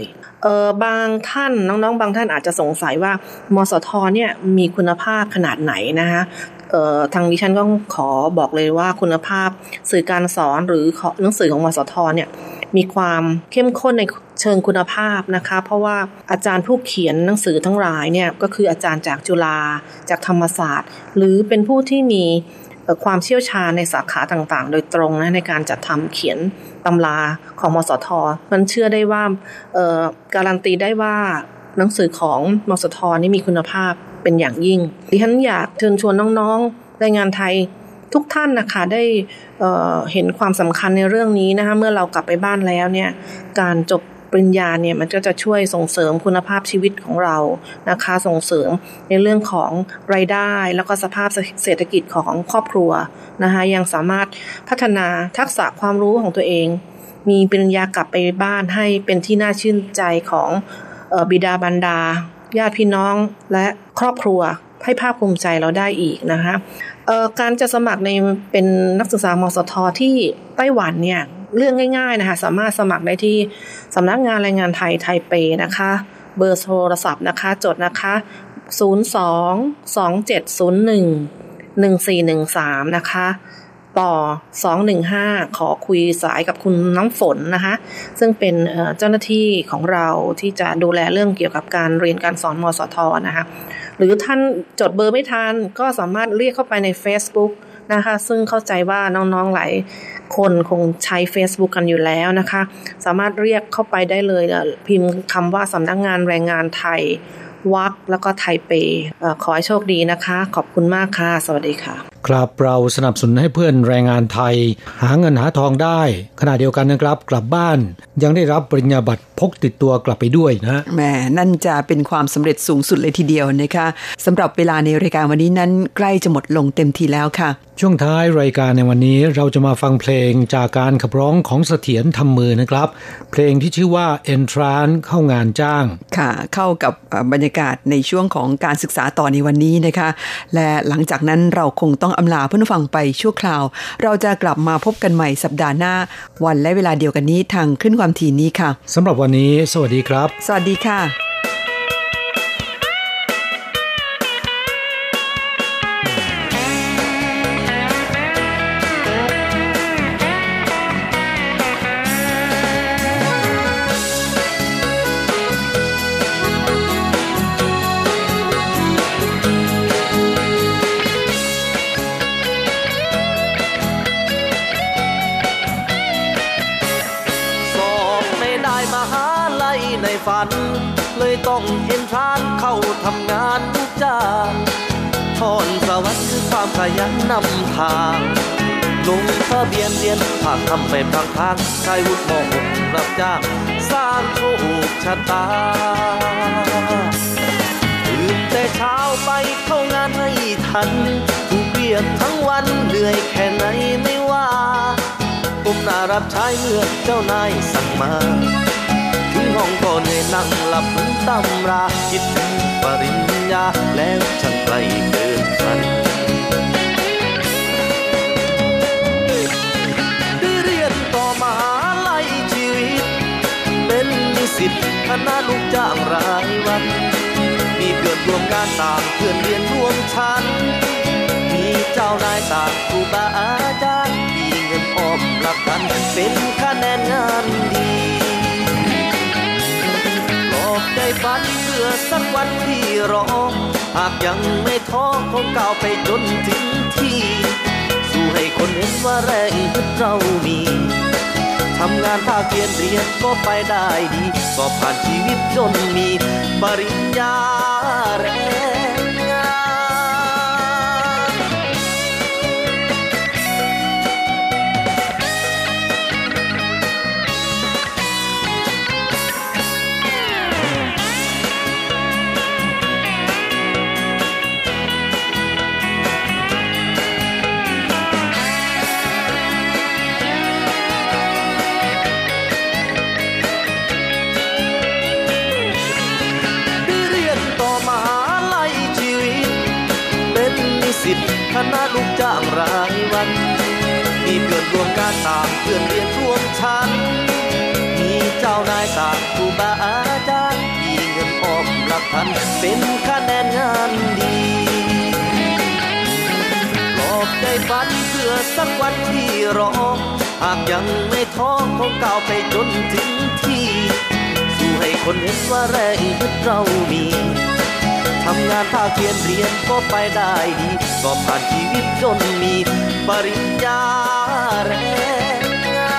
บางท่านน้องๆบางท่านอาจจะสงสัยว่ามสทเนี่ยมีคุณภาพขนาดไหนนะคะทางดิฉันก็ขอบอกเลยว่าคุณภาพสื่อการสอนหรือหนังสือของมสทเนี่ยมีความเข้มข้นในเชิงคุณภาพนะคะเพราะว่าอาจารย์ผู้เขียนหนังสือทั้งหลายเนี่ยก็คืออาจารย์จากจุฬาจากธรรมศาสตร์หรือเป็นผู้ที่มีความเชี่ยวชาญในสาขาต่างๆโดยตรงนะในการจัดทำเขียนตำราของมสทมันเชื่อได้ว่าการันตีได้ว่าหนังสือของมสทนี่มีคุณภาพเป็นอย่างยิ่งดิฉันอยากเชิญชวนน้องๆแรงงานไทยทุกท่านนะคะได้เห็นความสำคัญในเรื่องนี้นะคะเมื่อเรากลับไปบ้านแล้วเนี่ยการจบปริญญาเนี่ยมันก็จะช่วยส่งเสริมคุณภาพชีวิตของเรานะคะส่งเสริมในเรื่องของรายได้แล้วก็สภาพเศรษฐกิจของครอบครัวนะคะยังสามารถพัฒนาทักษะความรู้ของตัวเองมีปริญญากลับไปบ้านให้เป็นที่น่าชื่นใจของบิดาบรรดาญาติพี่น้องและครอบครัวให้ภาคภูมิใจเราได้อีกนะคะการจะสมัครในเป็นนักศึกษามสทที่ไต้หวันเนี่ยเรื่องง่ายๆนะคะสามารถสมัครได้ที่สำนักงานแรงงานไทยไทเปนะคะเบอร์โทรศัพท์นะคะจดนะคะ02-2701-1413นะคะต่อ215ขอคุยสายกับคุณน้ำฝนนะคะซึ่งเป็นเจ้าหน้าที่ของเราที่จะดูแลเรื่องเกี่ยวกับการเรียนการสอนมสทนะคะหรือท่านจดเบอร์ไม่ทันก็สามารถเรียกเข้าไปใน Facebook นะคะซึ่งเข้าใจว่าน้องๆหลายคนคงใช้ Facebook กันอยู่แล้วนะคะสามารถเรียกเข้าไปได้เลยพิมพ์คำว่าสำนักงานแรงงานไทยวักแล้วก็ไทเปขอให้โชคดีนะคะขอบคุณมากค่ะสวัสดีค่ะครับเราสนับสนุนให้เพื่อนแรงงานไทยหาเงินหาทองได้ขณะเดียวกันนะครับกลับบ้านยังได้รับปริญญาบัตรพกติดตัวกลับไปด้วยนะแหมนั่นจะเป็นความสำเร็จสูงสุดเลยทีเดียวนะคะสำหรับเวลาในรายการวันนี้นั้นใกล้จะหมดลงเต็มทีแล้วค่ะช่วงท้ายรายการในวันนี้เราจะมาฟังเพลงจากการขับร้องของเสถียรทำมือนะครับเพลงที่ชื่อว่า Entrance เข้างานจ้างค่ะเข้ากับบรรยากาศในช่วงของการศึกษาต่อในวันนี้นะคะและหลังจากนั้นเราคงต้องอำลาเพื่อนฟังไปชั่วคราวเราจะกลับมาพบกันใหม่สัปดาห์หน้าวันและเวลาเดียวกันนี้ทางคลื่นความถี่นี้ค่ะสำหรับวันนี้สวัสดีครับสวัสดีค่ะฝันเลยต้องเอ็นทรานเข้าทำงานทุกจ้างพรสวรรค์คือความขยันนำทางลงทะเบียนเรียนผ่านทำไปพลางๆใช้วุฒิม.6 รับจ้างสร้างโชคชะตาตื่นแต่เช้าไปเข้างานให้ทันถูกเรียกทั้งวันเหนื่อยแค่ไหนไม่ว่าก้มหน้ารับใช้เมื่อเจ้านายสั่งมาถึงห้องก็เหนื่อยนั่งหลับถึงตำราคิดถึงปริญญาแล้วฉันไกลเกินฝันได้เรียนต่อมหาลัยชีวิตเป็นนิสิตคณะลูกจ้างรายวันมีเพื่อนร่วมงานต่างเพื่อนเรียนร่วมชั้นมีเจ้านายต่างครูบาอาจารย์มีเงินออมรับกันเป็นคะแนนงานดีใจฝันเพื่อสักวันที่รอหากยังไม่ท้อคงก้าวไปจนถึงที่สู้ให้คนเห็นว่าแรงฮึดเรามีทำงานภาคเรียนก็ไปได้ดีสอบผ่านชีวิตจนมีปริญญาแรงงานคณะลูกจ้างรายวันมีเพื่อนร่วมงานต่างเพื่อนเรียนร่วมชั้นมีเจ้านายต่างครูบาอาจาากท่านเป็นคะแนนงานดีปลอบใจฝันเพื่อสักวันที่รอหากยังไม่ท้อคงก้าวไปจนถึงที่สู้ให้คนเห็นว่าแรงฮึดเรามีทำงานภาคเพียรเรียนก็ไปได้ดีก็ผ่านชีวิตจนมีปริญญาแรงงาน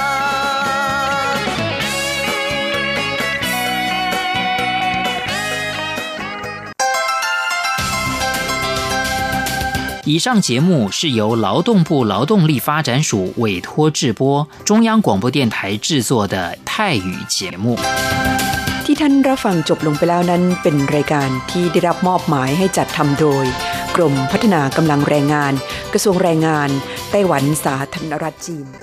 以上节目是由劳动部劳动力发展署委托制播，中央广播电台制作的泰语节目。 ที่ท่านรับฟังจบลงไปแล้วนั้นเป็นรายการที่ได้รับมอบหมายให้จัดทำโดยกรมพัฒนากำลังแรงงานกระทรวงแรงงานไต้หวันสาธารณรัฐจีน